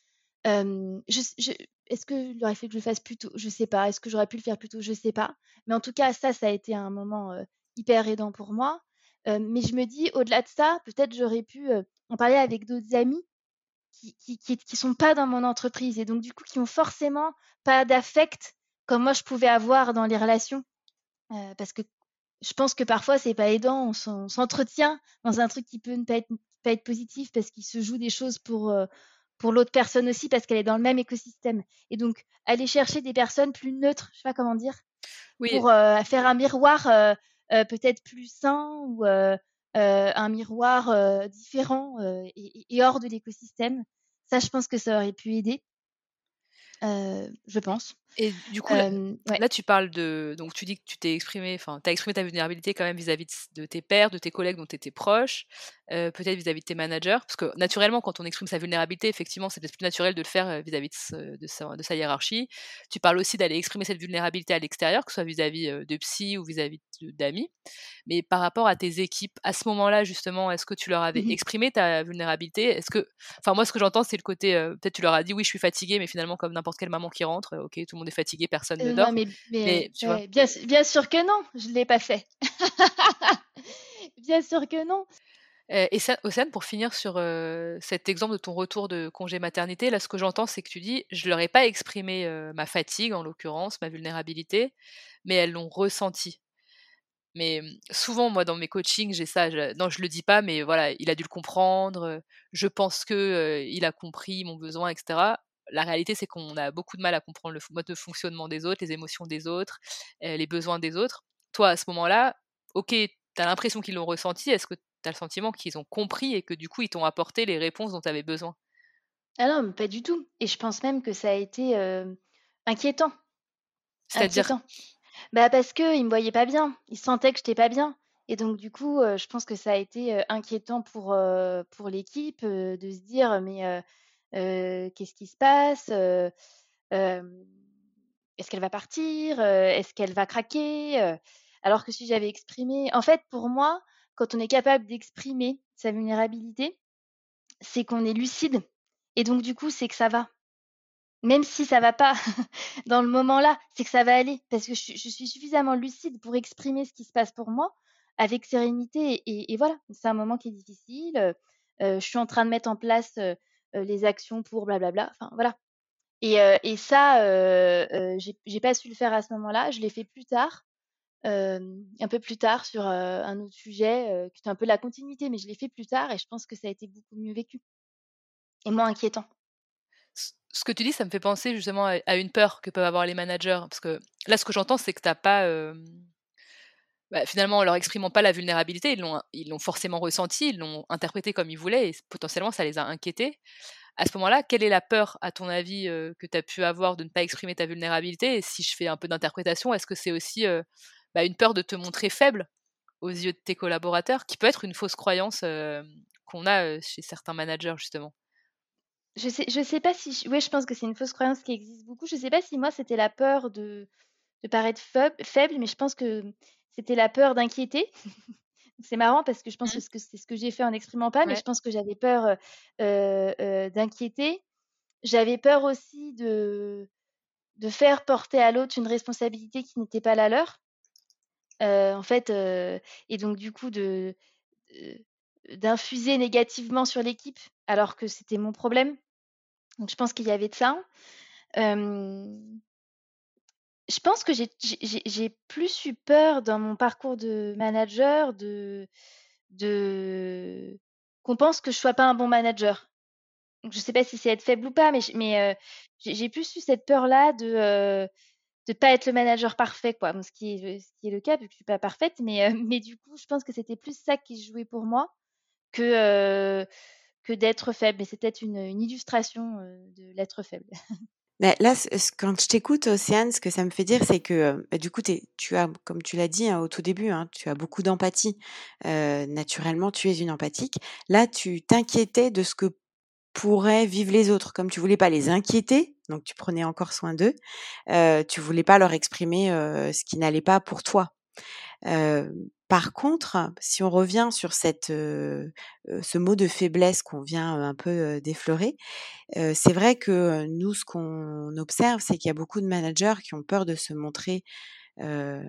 Je est-ce qu'il aurait fallu que je le fasse plus tôt? Je sais pas. Est-ce que j'aurais pu le faire plus tôt? Je sais pas. Mais en tout cas, ça a été un moment, hyper aidant pour moi. Mais je me dis au-delà de ça, peut-être j'aurais pu, en parler avec d'autres amis qui sont pas dans mon entreprise et donc du coup qui ont forcément pas d'affect comme moi je pouvais avoir dans les relations. Parce que je pense que parfois c'est pas aidant, on s'entretient dans un truc qui peut ne pas être positif parce qu'il se joue des choses pour l'autre personne aussi parce qu'elle est dans le même écosystème et donc aller chercher des personnes plus neutres, je sais pas comment dire, Oui. pour, faire un miroir, peut-être plus sain ou, un miroir, différent, et hors de l'écosystème. Ça, je pense que ça aurait pu aider, je pense. Et du coup, là Ouais. là, tu parles de donc tu dis que tu t'es exprimé, enfin, tu as exprimé ta vulnérabilité quand même vis-à-vis de tes pairs, de tes collègues dont tu étais proche, peut-être vis-à-vis de tes managers. Parce que naturellement, quand on exprime sa vulnérabilité, effectivement, c'est peut-être plus naturel de le faire, vis-à-vis de sa hiérarchie. Tu parles aussi d'aller exprimer cette vulnérabilité à l'extérieur, que ce soit vis-à-vis, de psy ou vis-à-vis d'amis. Mais par rapport à tes équipes, à ce moment-là, justement, est-ce que tu leur avais Mmh mh. exprimé ta vulnérabilité? Est-ce que enfin, moi, ce que j'entends, c'est le côté, peut-être tu leur as dit: «Oui, je suis fatiguée», mais finalement, comme n'importe quelle maman qui rentre, OK, tout le monde est fatigué, personne ne Non, dort. Mais tu vois? ouais, bien sûr que non, je l'ai pas fait. Bien sûr que non. Et ça, Océane, pour finir sur, cet exemple de ton retour de congé maternité, là, ce que j'entends, c'est que tu dis: «Je leur ai pas exprimé, ma fatigue, en l'occurrence, ma vulnérabilité, mais elles l'ont ressenti». Mais, souvent, moi, dans mes coachings, j'ai ça, je non, je le dis pas, mais voilà, il a dû le comprendre, je pense que, il a compris mon besoin et cetera. La réalité, c'est qu'on a beaucoup de mal à comprendre le mode de fonctionnement des autres, les émotions des autres, les besoins des autres. Toi, à ce moment-là, OK, tu as l'impression qu'ils l'ont ressenti. Est-ce que tu as le sentiment qu'ils ont compris et que, du coup, ils t'ont apporté les réponses dont tu avais besoin? Ah non, mais pas du tout et je pense même que ça a été, inquiétant, C'est-à-dire? inquiétant. Bah, parce qu'ils me voyaient pas bien. Ils sentaient que j'étais pas bien et donc du coup, je pense que ça a été, inquiétant pour l'équipe, de se dire: «Mais, qu'est-ce qui se passe? Hem, est-ce qu'elle va partir? Est-ce qu'elle va craquer?» Alors que si j'avais exprimé en fait, pour moi, quand on est capable d'exprimer sa vulnérabilité, c'est qu'on est lucide et donc du coup, c'est que ça va. Même si ça va pas dans le moment là, c'est que ça va aller parce que je suis suffisamment lucide pour exprimer ce qui se passe pour moi avec sérénité et voilà. C'est un moment qui est difficile, je suis en train de mettre en place, les actions pour blablabla. Enfin voilà. Et ça, j'ai pas su le faire à ce moment-là. Je l'ai fait plus tard, un peu plus tard sur, un autre sujet, qui était un peu la continuité, mais je l'ai fait plus tard et je pense que ça a été beaucoup mieux vécu et moins inquiétant. Ce que tu dis, ça me fait penser justement à une peur que peuvent avoir les managers. Parce que là, ce que j'entends, c'est que tu pas, finalement, en leur exprimant pas la vulnérabilité, ils l'ont forcément ressenti, ils l'ont interprété comme ils voulaient et potentiellement ça les a inquiétés. À ce moment-là, quelle est la peur, à ton avis, que tu as pu avoir de ne pas exprimer ta vulnérabilité? Et si je fais un peu d'interprétation, est-ce que c'est aussi, une peur de te montrer faible aux yeux de tes collaborateurs, qui peut être une fausse croyance, qu'on a, chez certains managers justement? Je sais pas si je ouais, je pense que c'est une fausse croyance qui existe beaucoup. Je sais pas si moi c'était la peur de paraître faible, mais je pense que c'était la peur d'inquiéter. C'est marrant parce que je pense que Mmh. c'est ce que j'ai fait en n'exprimant pas, mais je Ouais. pense que j'avais peur, d'inquiéter. J'avais peur aussi de faire porter à l'autre une responsabilité qui n'était pas la leur. En fait, et donc du coup heu, d'infuser négativement sur l'équipe alors que c'était mon problème. Donc je pense qu'il y avait de ça. Hem, je pense que j'ai plus eu peur dans mon parcours de manager de qu'on pense que je sois pas un bon manager. Donc je sais pas si c'est être faible ou pas, j'ai plus eu cette peur-là de pas être le manager parfait, quoi. Bon, ce qui est le cas vu que je suis pas parfaite, mais du coup, je pense que c'était plus ça qui jouait pour moi que, heu, que d'être faible. Mais c'est peut-être une illustration, de l'être faible. Mais là, quand je t'écoute, Océane, ce que ça me fait dire, c'est que, du coup, tu as, comme tu l'as dit, hein, au tout début, hein, tu as beaucoup d'empathie. Naturellement, tu es une empathique. Là, tu t'inquiétais de ce que pourraient vivre les autres. Comme tu voulais pas les inquiéter, donc tu prenais encore soin d'eux, tu voulais pas leur exprimer, ce qui n'allait pas pour toi. Par contre, si on revient sur ce mot de faiblesse qu'on vient, un peu, d'effleurer, c'est vrai que, nous, ce qu'on observe, c'est qu'il y a beaucoup de managers qui ont peur de se montrer, heu,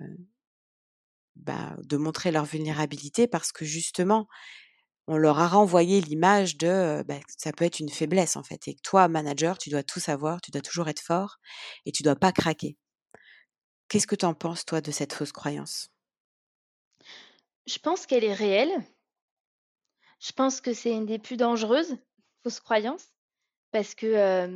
de montrer leur vulnérabilité parce que justement, on leur a renvoyé l'image de, que ça peut être une faiblesse, en fait et que toi, manager, tu dois tout savoir, tu dois toujours être fort et tu dois pas craquer. Qu'est-ce que tu en penses, toi, de cette fausse croyance? Je pense qu'elle est réelle. Je pense que c'est une des plus dangereuses fausses croyances parce que,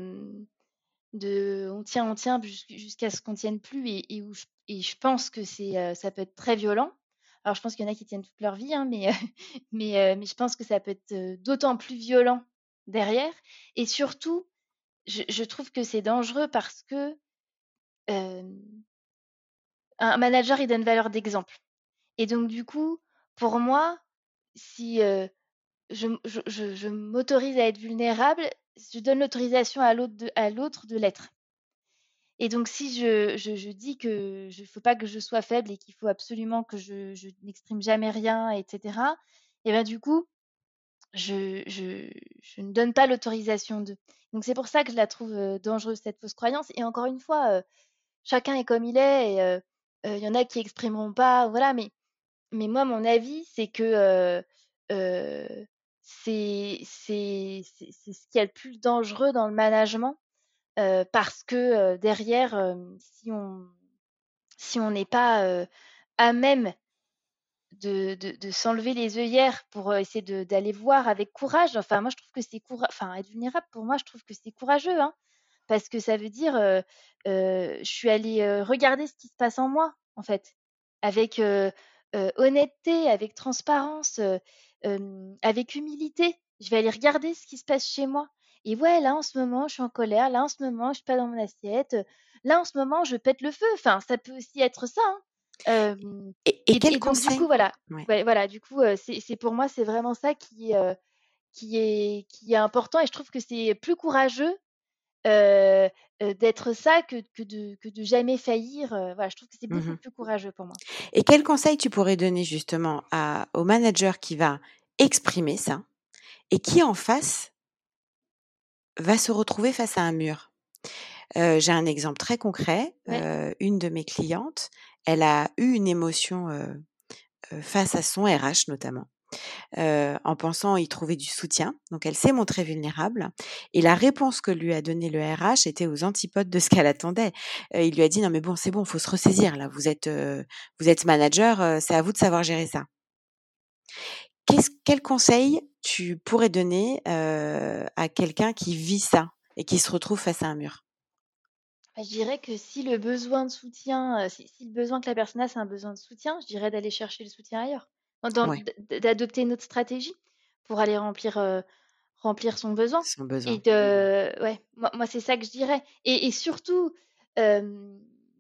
on tient jusqu'à ce qu'on tienne plus et je pense que ça peut être très violent. Alors je pense qu'il y en a qui tiennent toute leur vie, hein, mais je pense que ça peut être, d'autant plus violent derrière et surtout, je trouve que c'est dangereux parce que, hem, un manager, il donne valeur d'exemple et donc du coup, pour moi, si, je m'autorise à être vulnérable, je donne l'autorisation à l'autre de l'être. Et donc si je dis que je faut pas que je sois faible et qu'il faut absolument que je n'exprime jamais rien et cetera, et ben, du coup, je ne donne pas l'autorisation de. Donc c'est pour ça que je la trouve, dangereuse cette fausse croyance et encore une fois, chacun est comme il est et il y en a qui exprimeront pas, voilà, mais moi mon avis c'est que, heu, c'est ce qu'il y a de plus dangereux dans le management. Parce que, derrière, si on n'est pas, à même de s'enlever les œillères pour, essayer d'aller voir avec courage, enfin moi je trouve que être vulnérable pour moi je trouve que c'est courageux, hein. Parce que ça veut dire, je suis allée, regarder ce qui se passe en moi, en fait, avec, honnêteté, avec transparence, avec humilité. Je vais aller regarder ce qui se passe chez moi et ouais, là, en ce moment, je suis en colère, là, en ce moment, je suis pas dans mon assiette, là, en ce moment, je pète le feu. Enfin, ça peut aussi être ça, hein. Et quel Et donc du conseil coup, voilà. ouais. Ouais, voilà, du coup, c'est pour moi, c'est vraiment ça qui est important et je trouve que c'est plus courageux, heu d'être ça que de jamais faillir, voilà, je trouve que c'est beaucoup Mmh. plus courageux pour moi. Et quel conseil tu pourrais donner justement au manager qui va exprimer ça et qui en face va se retrouver face à un mur? J'ai un exemple très concret, Ouais, une de mes clientes, elle a eu une émotion, face à son RH notamment. en pensant y trouver du soutien. Donc elle s'est montrée vulnérable et la réponse que lui a donnée le RH était aux antipodes de ce qu'elle attendait. Il lui a dit: «Non mais bon, c'est bon, faut se ressaisir là, vous êtes manager, c'est à vous de savoir gérer ça». Quel conseil tu pourrais donner, à quelqu'un qui vit ça et qui se retrouve face à un mur? Bah, je dirais que si le besoin de soutien, si le besoin que la personne a, c'est un besoin de soutien, je dirais d'aller chercher le soutien ailleurs. Ouais, D'adopter une autre stratégie pour aller remplir son besoin son et besoin. ouais, moi c'est ça que je dirais et surtout, hem,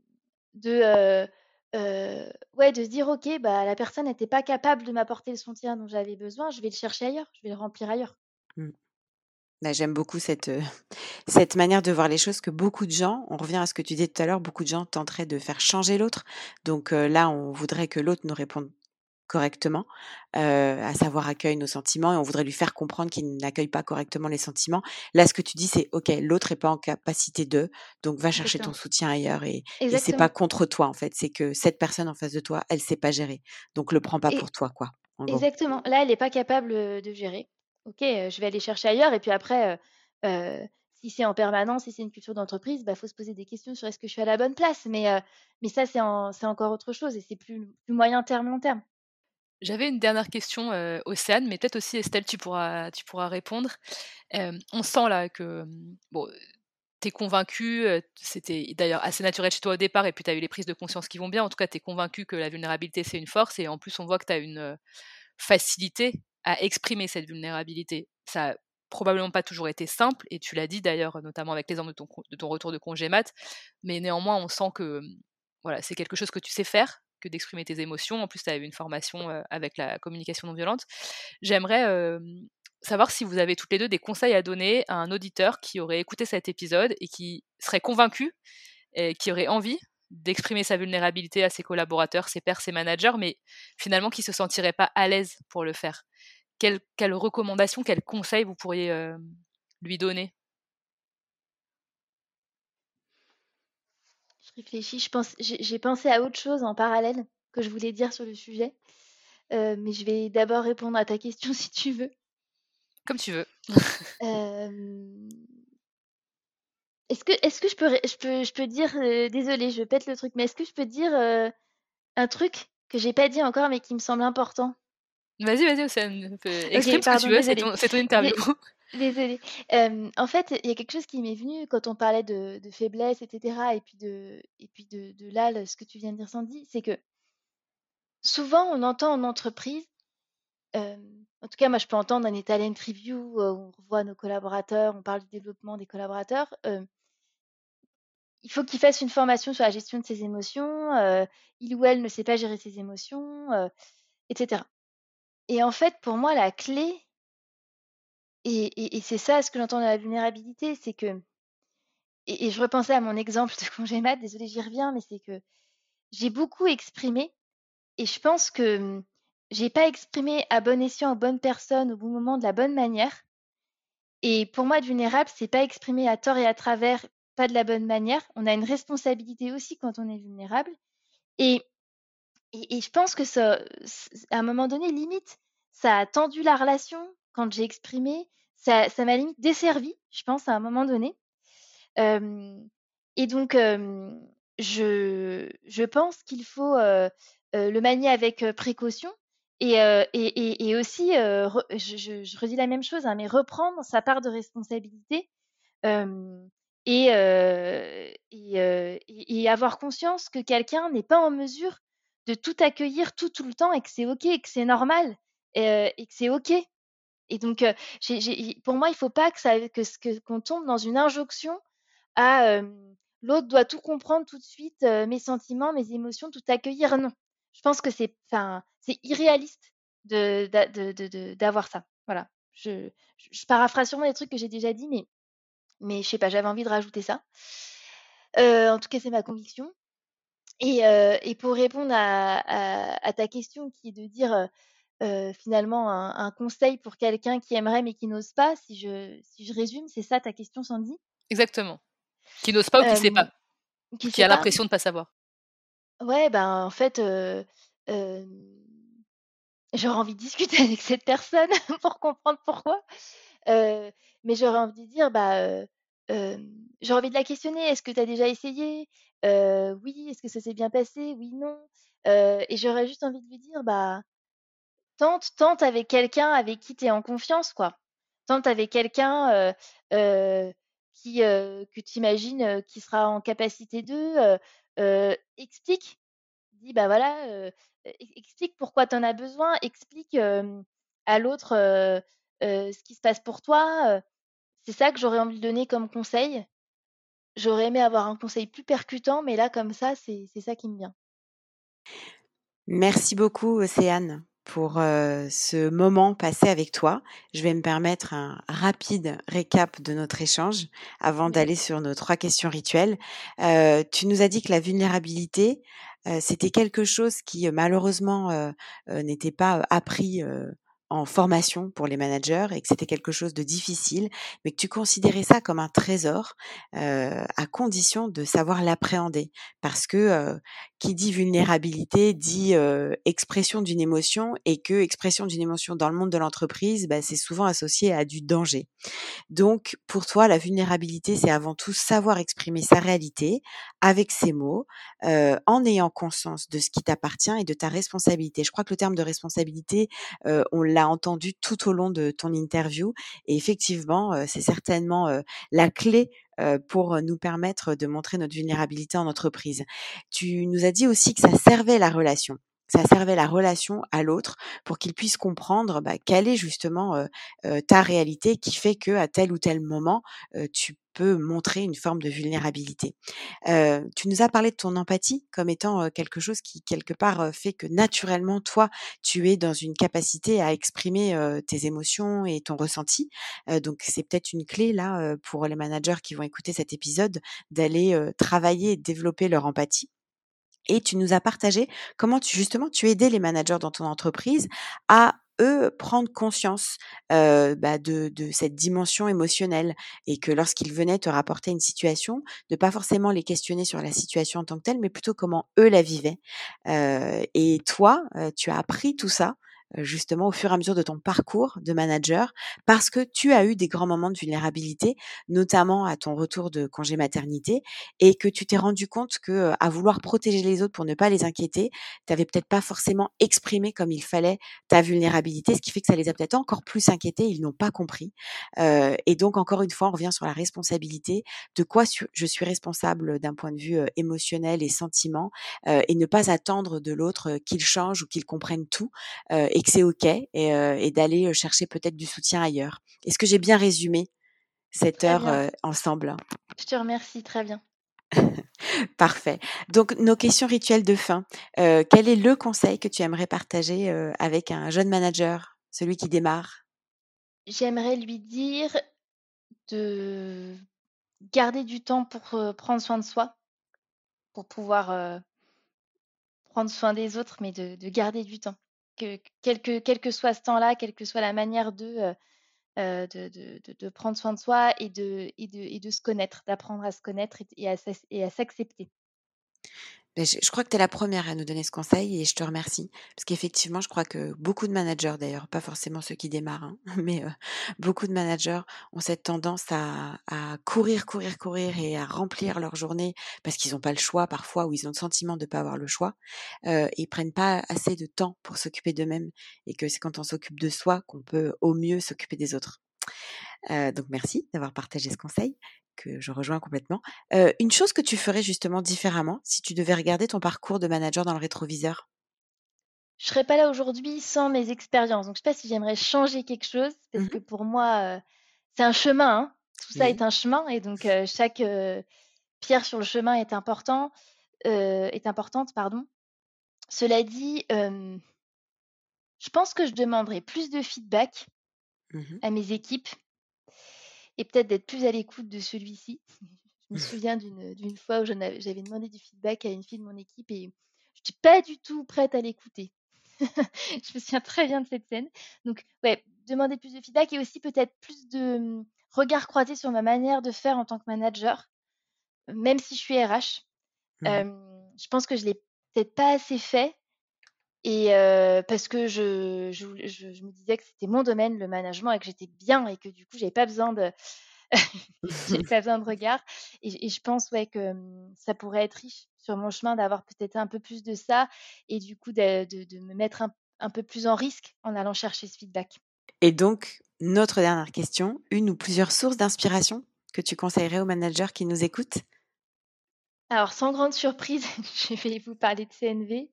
de, ouais, de se dire: «OK, bah, la personne n'était pas capable de m'apporter le soutien dont j'avais besoin, je vais le chercher ailleurs, je vais le remplir ailleurs». Mmh. Bah, j'aime beaucoup cette manière de voir les choses que beaucoup de gens on revient à ce que tu disais tout à l'heure, beaucoup de gens tenteraient de faire changer l'autre. Donc, là, on voudrait que l'autre nous réponde correctement, à savoir accueille nos sentiments et on voudrait lui faire comprendre qu'il n'accueille pas correctement les sentiments. Là, ce que tu dis, c'est: «OK, l'autre est pas en capacité de, donc va chercher ton Exactement. soutien ailleurs et c'est pas Exactement contre toi, en fait, c'est que cette personne en face de toi, elle sait pas gérer, donc le prends pas et pour toi, quoi», en gros. exactement. Là, elle est pas capable, de gérer. OK, je vais aller chercher ailleurs et puis après, si c'est en permanence, si c'est une culture d'entreprise, bah, faut se poser des questions sur est-ce que je suis à la bonne place? Mais ça, c'est encore autre chose et c'est plus moyen terme, long terme. J'avais une dernière question, Océane, mais peut-être aussi Estelle, tu pourras répondre. On sent là que, bon, tu es convaincue, c'était d'ailleurs assez naturel chez toi au départ et puis tu as eu les prises de conscience qui vont bien. En tout cas, tu es convaincue que la vulnérabilité, c'est une force et en plus, on voit que tu as une, facilité à exprimer cette vulnérabilité. Ça a probablement pas toujours été simple et tu l'as dit d'ailleurs, notamment avec l'exemple de ton retour de congé mat, mais néanmoins on sent que, voilà, c'est quelque chose que tu sais faire, que d'exprimer tes émotions. En plus, tu as eu une formation, avec la communication non violente. J'aimerais, savoir si vous avez toutes les 2 des conseils à donner à un auditeur qui aurait écouté cet épisode et qui serait convaincu et qui aurait envie d'exprimer sa vulnérabilité à ses collaborateurs, ses pairs, ses managers, mais finalement qui se sentirait pas à l'aise pour le faire. Quelles recommandations, quels conseils vous pourriez, lui donner? Je réfléchis, j'ai pensé à autre chose en parallèle que je voulais dire sur le sujet, mais je vais d'abord répondre à ta question si tu veux. Comme tu veux. Hem, est-ce que je peux dire, désolée, je pète le truc, mais est-ce que je peux dire, un truc que j'ai pas dit encore mais qui me semble important? Vas-y, vas-y Océane, exprime OK, ce que tu pardon, veux, c'est désolée. ton interview. Dé Désolée. En fait, il y a quelque chose qui m'est venu quand on parlait de faiblesse et cetera et puis de là, le ce que tu viens de dire Sandy, c'est que souvent on entend en entreprise, en tout cas moi je peux entendre dans les talent reviews, où on revoit nos collaborateurs, on parle du développement des collaborateurs, il faut qu'ils fassent une formation sur la gestion de ses émotions, il ou elle ne sait pas gérer ses émotions, et cetera et en fait pour moi la clé et c'est ça ce que j'entends dans la vulnérabilité, c'est que et je repensais à mon exemple de congé mat, désolée, j'y reviens, mais c'est que j'ai beaucoup exprimé et je pense que, j'ai pas exprimé à bon escient, aux bonnes personnes, au bon moment, de la bonne manière et pour moi être vulnérable, c'est pas exprimer à tort et à travers, pas de la bonne manière. On a une responsabilité aussi quand on est vulnérable et et je pense que ça, à un moment donné, limite, ça a tendu la relation quand j'ai exprimé, ça m'a limite desservie, je pense, à un moment donné. Hem et donc je pense qu'il faut, le manier avec, précaution et aussi, re je redis la même chose, hein, mais reprendre sa part de responsabilité, hem et avoir conscience que quelqu'un n'est pas en mesure de tout accueillir tout le temps et que c'est OK et que c'est normal, et que c'est OK et donc j'ai pour moi, il faut pas qu'on tombe dans une injonction à, l'autre doit tout comprendre tout de suite, mes sentiments, mes émotions, tout accueillir. Non. Je pense que c'est irréaliste d'avoir ça. Voilà. Je paraphrase sûrement des trucs que j'ai déjà dit, mais je sais pas, j'avais envie de rajouter ça. En tout cas, c'est ma conviction et pour répondre à ta question qui est de dire, finalement un conseil pour quelqu'un qui aimerait mais qui n'ose pas, si je résume, c'est ça ta question, Sandy? Exactement. Qui n'ose pas ou qui sait Hem, pas, ou qui qui sait a pas? l'impression de pas savoir. Ouais, ben, en fait, hem j'aurais envie de discuter avec cette personne pour comprendre pourquoi. Heu, mais j'aurais envie de dire, j'aurais envie de la questionner: «Est-ce que tu as déjà essayé? Oui. Est-ce que ça s'est bien passé? Oui, non». Et j'aurais juste envie de lui dire: «Bah, tente avec quelqu'un avec qui tu es en confiance, quoi. Tente avec quelqu'un, heu, que tu imagines, qui sera en capacité explique. Dis, bah, voilà, explique pourquoi tu en as besoin, explique, à l'autre, ce qui se passe pour toi». C'est ça que j'aurais envie de donner comme conseil. J'aurais aimé avoir un conseil plus percutant, mais là, comme ça, c'est ça qui me vient. Merci beaucoup, Océane, pour, ce moment passé avec toi. Je vais me permettre un rapide récap de notre échange avant Oui. d'aller sur nos 3 questions rituelles. Tu nous as dit que la vulnérabilité, c'était quelque chose qui, malheureusement, n'était pas, appris, en formation pour les managers et que c'était quelque chose de difficile, mais que tu considérais ça comme un trésor, à condition de savoir l'appréhender. Parce que, qui dit vulnérabilité dit, expression d'une émotion et que expression d'une émotion dans le monde de l'entreprise, bah, c'est souvent associé à du danger. Donc pour toi, la vulnérabilité, c'est avant tout savoir exprimer sa réalité avec ses mots, en ayant conscience de ce qui t'appartient et de ta responsabilité. Je crois que le terme de responsabilité, on l'a entendu tout au long de ton interview et effectivement, c'est certainement, la clé, pour nous permettre de montrer notre vulnérabilité en entreprise. Tu nous as dit aussi que ça servait la relation. Ça servait la relation à l'autre pour qu'il puisse comprendre, bah, quelle est justement, ta réalité qui fait qu'à tel ou tel moment, tu peux montrer une forme de vulnérabilité. Tu nous as parlé de ton empathie comme étant, quelque chose qui quelque part, fait que naturellement toi, tu es dans une capacité à exprimer, tes émotions et ton ressenti. Donc c'est peut-être une clé là, pour les managers qui vont écouter cet épisode, d'aller, travailler et développer leur empathie. Et tu nous as partagé comment tu justement tu aidais les managers dans ton entreprise à, eux, prendre conscience, bah, de cette dimension émotionnelle et que lorsqu'ils venaient te rapporter une situation, de pas forcément les questionner sur la situation en tant que telle, mais plutôt comment eux la vivaient. Et toi, tu as appris tout ça, justement au fur et à mesure de ton parcours de manager parce que tu as eu des grands moments de vulnérabilité, notamment à ton retour de congé maternité et que tu t'es rendu compte que, à vouloir protéger les autres pour ne pas les inquiéter, tu avais peut-être pas forcément exprimé comme il fallait ta vulnérabilité, ce qui fait que ça les a peut-être encore plus inquiétés, ils n'ont pas compris. Et donc encore une fois, on revient sur la responsabilité, de quoi je suis responsable d'un point de vue, émotionnel et sentiment, et ne pas attendre de l'autre, qu'il change ou qu'il comprenne tout, et que c'est OK et d'aller, chercher peut-être du soutien ailleurs. Est-ce que j'ai bien résumé cette Très heure, bien. ensemble? Je te remercie, très bien. Parfait. Donc nos questions rituelles de fin. Quel est le conseil que tu aimerais partager, avec un jeune manager, celui qui démarre? J'aimerais lui dire de garder du temps pour, prendre soin de soi, pour pouvoir, prendre soin des autres, mais de garder du temps. Quel que soit ce temps-là, quelle que soit la manière de prendre soin de soi et de se connaître, d'apprendre à se connaître et à s'accepter. Beh, je crois que tu es la première à nous donner ce conseil et je te remercie. Parce qu'effectivement, je crois que beaucoup de managers d'ailleurs, pas forcément ceux qui démarrent, hein, mais beaucoup de managers ont cette tendance à courir, courir, courir et à remplir leur journée parce qu'ils ont pas le choix parfois ou ils ont le sentiment de pas avoir le choix, et ils prennent pas assez de temps pour s'occuper d'eux-mêmes et que c'est quand on s'occupe de soi qu'on peut au mieux s'occuper des autres. Donc merci d'avoir partagé ce conseil que je rejoins complètement. Une chose que tu ferais justement différemment si tu devais regarder ton parcours de manager dans le rétroviseur? Je serais pas là aujourd'hui sans mes expériences, donc je sais pas si j'aimerais changer quelque chose parce Mmh. que pour moi, c'est un chemin, hein. Tout ça est Oui. un chemin et donc chaque, pierre sur le chemin est importante, pardon. Cela dit, je pense que je demanderais plus de feedback Mmh. à mes équipes et peut-être d'être plus à l'écoute de celui-ci. Je me souviens d'une fois où j'avais demandé du feedback à une fille de mon équipe et je n'étais pas du tout prête à l'écouter. Je me souviens très bien de cette scène. Donc ouais, demander plus de feedback et aussi peut-être plus de, regard croisé sur ma manière de faire en tant que manager, même si je suis RH. Mmh. Je pense que je l'ai peut-être pas assez fait et parce que je me disais que c'était mon domaine, le management, et que j'étais bien et que du coup, j'avais pas besoin de j'avais pas besoin de regard, et je pense, ouais, que, ça pourrait être riche sur mon chemin d'avoir peut-être un peu plus de ça, et du coup de me mettre un peu plus en risque en allant chercher ce feedback. Et donc, notre dernière question, une ou plusieurs sources d'inspiration que tu conseillerais aux managers qui nous écoutent? Alors sans grande surprise, je vais vous parler de CNV.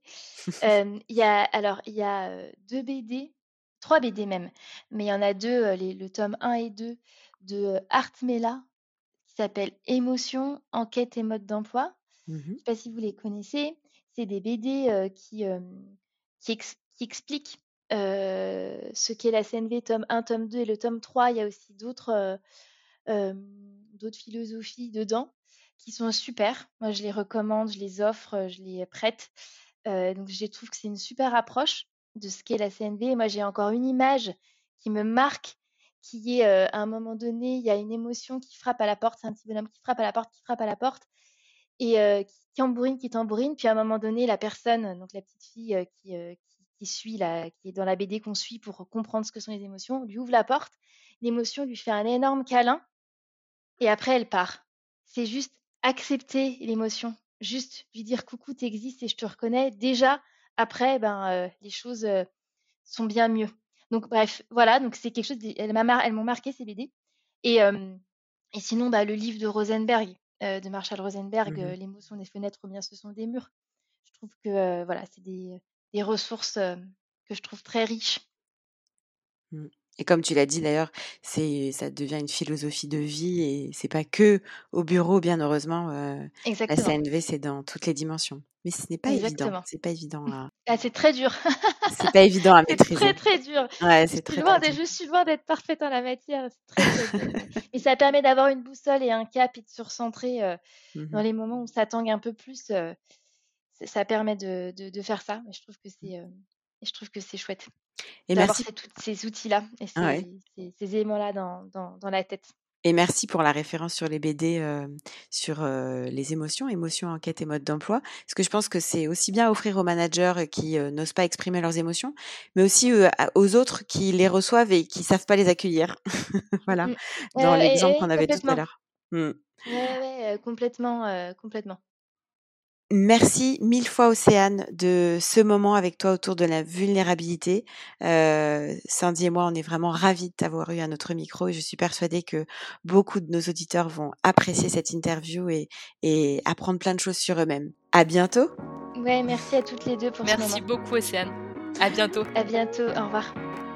Il y a, 2 BD, 3 BD même, mais il y en a 2, le tome 1 et 2 de, Art Mela, qui s'appelle «Émotions, enquête et mode d'emploi». Mmh. Je sais pas si vous les connaissez? C'est des BD, qui expliquent, ce qu'est la CNV tome 1, tome 2 et le tome 3. Il y a aussi d'autres philosophies dedans qui sont super. Moi, je les recommande, je les offre, je les prête. Donc je trouve que c'est une super approche de ce qu'est la CNV. Et moi, j'ai encore une image qui me marque, qui est, à un moment donné, il y a une émotion qui frappe à la porte. C'est un petit bonhomme qui frappe à la porte, qui frappe à la porte, et qui tambourine, qui tambourine. Puis à un moment donné, la personne, donc la petite fille, qui suit qui est dans la BD qu'on suit pour comprendre ce que sont les émotions, lui ouvre la porte. L'émotion lui fait un énorme câlin et après elle part. C'est juste accepter l'émotion, juste lui dire: «Coucou, tu existes et je te reconnais». Déjà, après, ben, les choses, sont bien mieux. Donc bref, voilà, donc c'est quelque chose, elles m'ont marqué, ces BD. Et et sinon, bah, le livre de Rosenberg, de Marshall Rosenberg, Mmh. «L'émotion des fenêtres ou bien ce sont des murs». Je trouve que, voilà, c'est des ressources, que je trouve très riches. Mmh. Et comme tu l'as dit d'ailleurs, ça devient une philosophie de vie et c'est pas que au bureau, bien heureusement, la Exactement, CNV, c'est dans toutes les dimensions. Mais ce n'est pas évident, exactement. c'est pas évident Ah, c'est très dur. c'est pas évident à C'est maîtriser. très, très dur. Ouais, c'est très, très dur. Je suis loin d'être parfaite en la matière, c'est très, très dur. Mais ça permet d'avoir une boussole et un cap et de se recentrer, dans Mmh. les moments où ça tangue un peu plus, ça permet de faire ça. Et je trouve que c'est chouette Et d'avoir merci ces outils-là et ouais. ces éléments-là dans la tête. Et merci pour la référence sur les BD, sur, les émotions, émotions, enquête et mode d'emploi. Parce que je pense que c'est aussi bien à offrir aux managers, qui, n'osent pas exprimer leurs émotions, mais aussi, aux autres qui les reçoivent et qui savent pas les accueillir. Mmh Voilà, mh. dans l'exemple Et qu'on avait tout à complètement. l'heure. Mmh. Ouais, ouais, ouais, complètement, complètement. Merci 1000 fois Océane de ce moment avec toi autour de la vulnérabilité. Sandy et moi, on est vraiment ravis de t'avoir eu à notre micro et je suis persuadée que beaucoup de nos auditeurs vont apprécier cette interview et apprendre plein de choses sur eux-mêmes. À bientôt. Ouais, merci à toutes les 2 pour ce Merci moment. beaucoup, Océane. À bientôt. À bientôt, au revoir.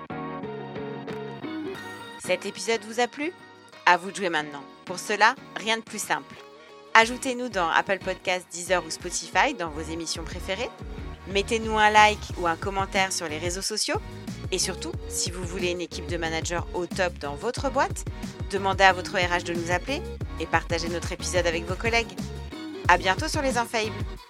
Cet épisode vous a plu? À vous de jouer maintenant. Pour cela, rien de plus simple. Ajoutez-nous dans Apple Podcasts, Deezer ou Spotify dans vos émissions préférées. Mettez-nous un like ou un commentaire sur les réseaux sociaux. Et surtout, si vous voulez une équipe de managers au top dans votre boîte, demandez à votre RH de nous appeler et partagez notre épisode avec vos collègues. À bientôt sur Les Infaillibles.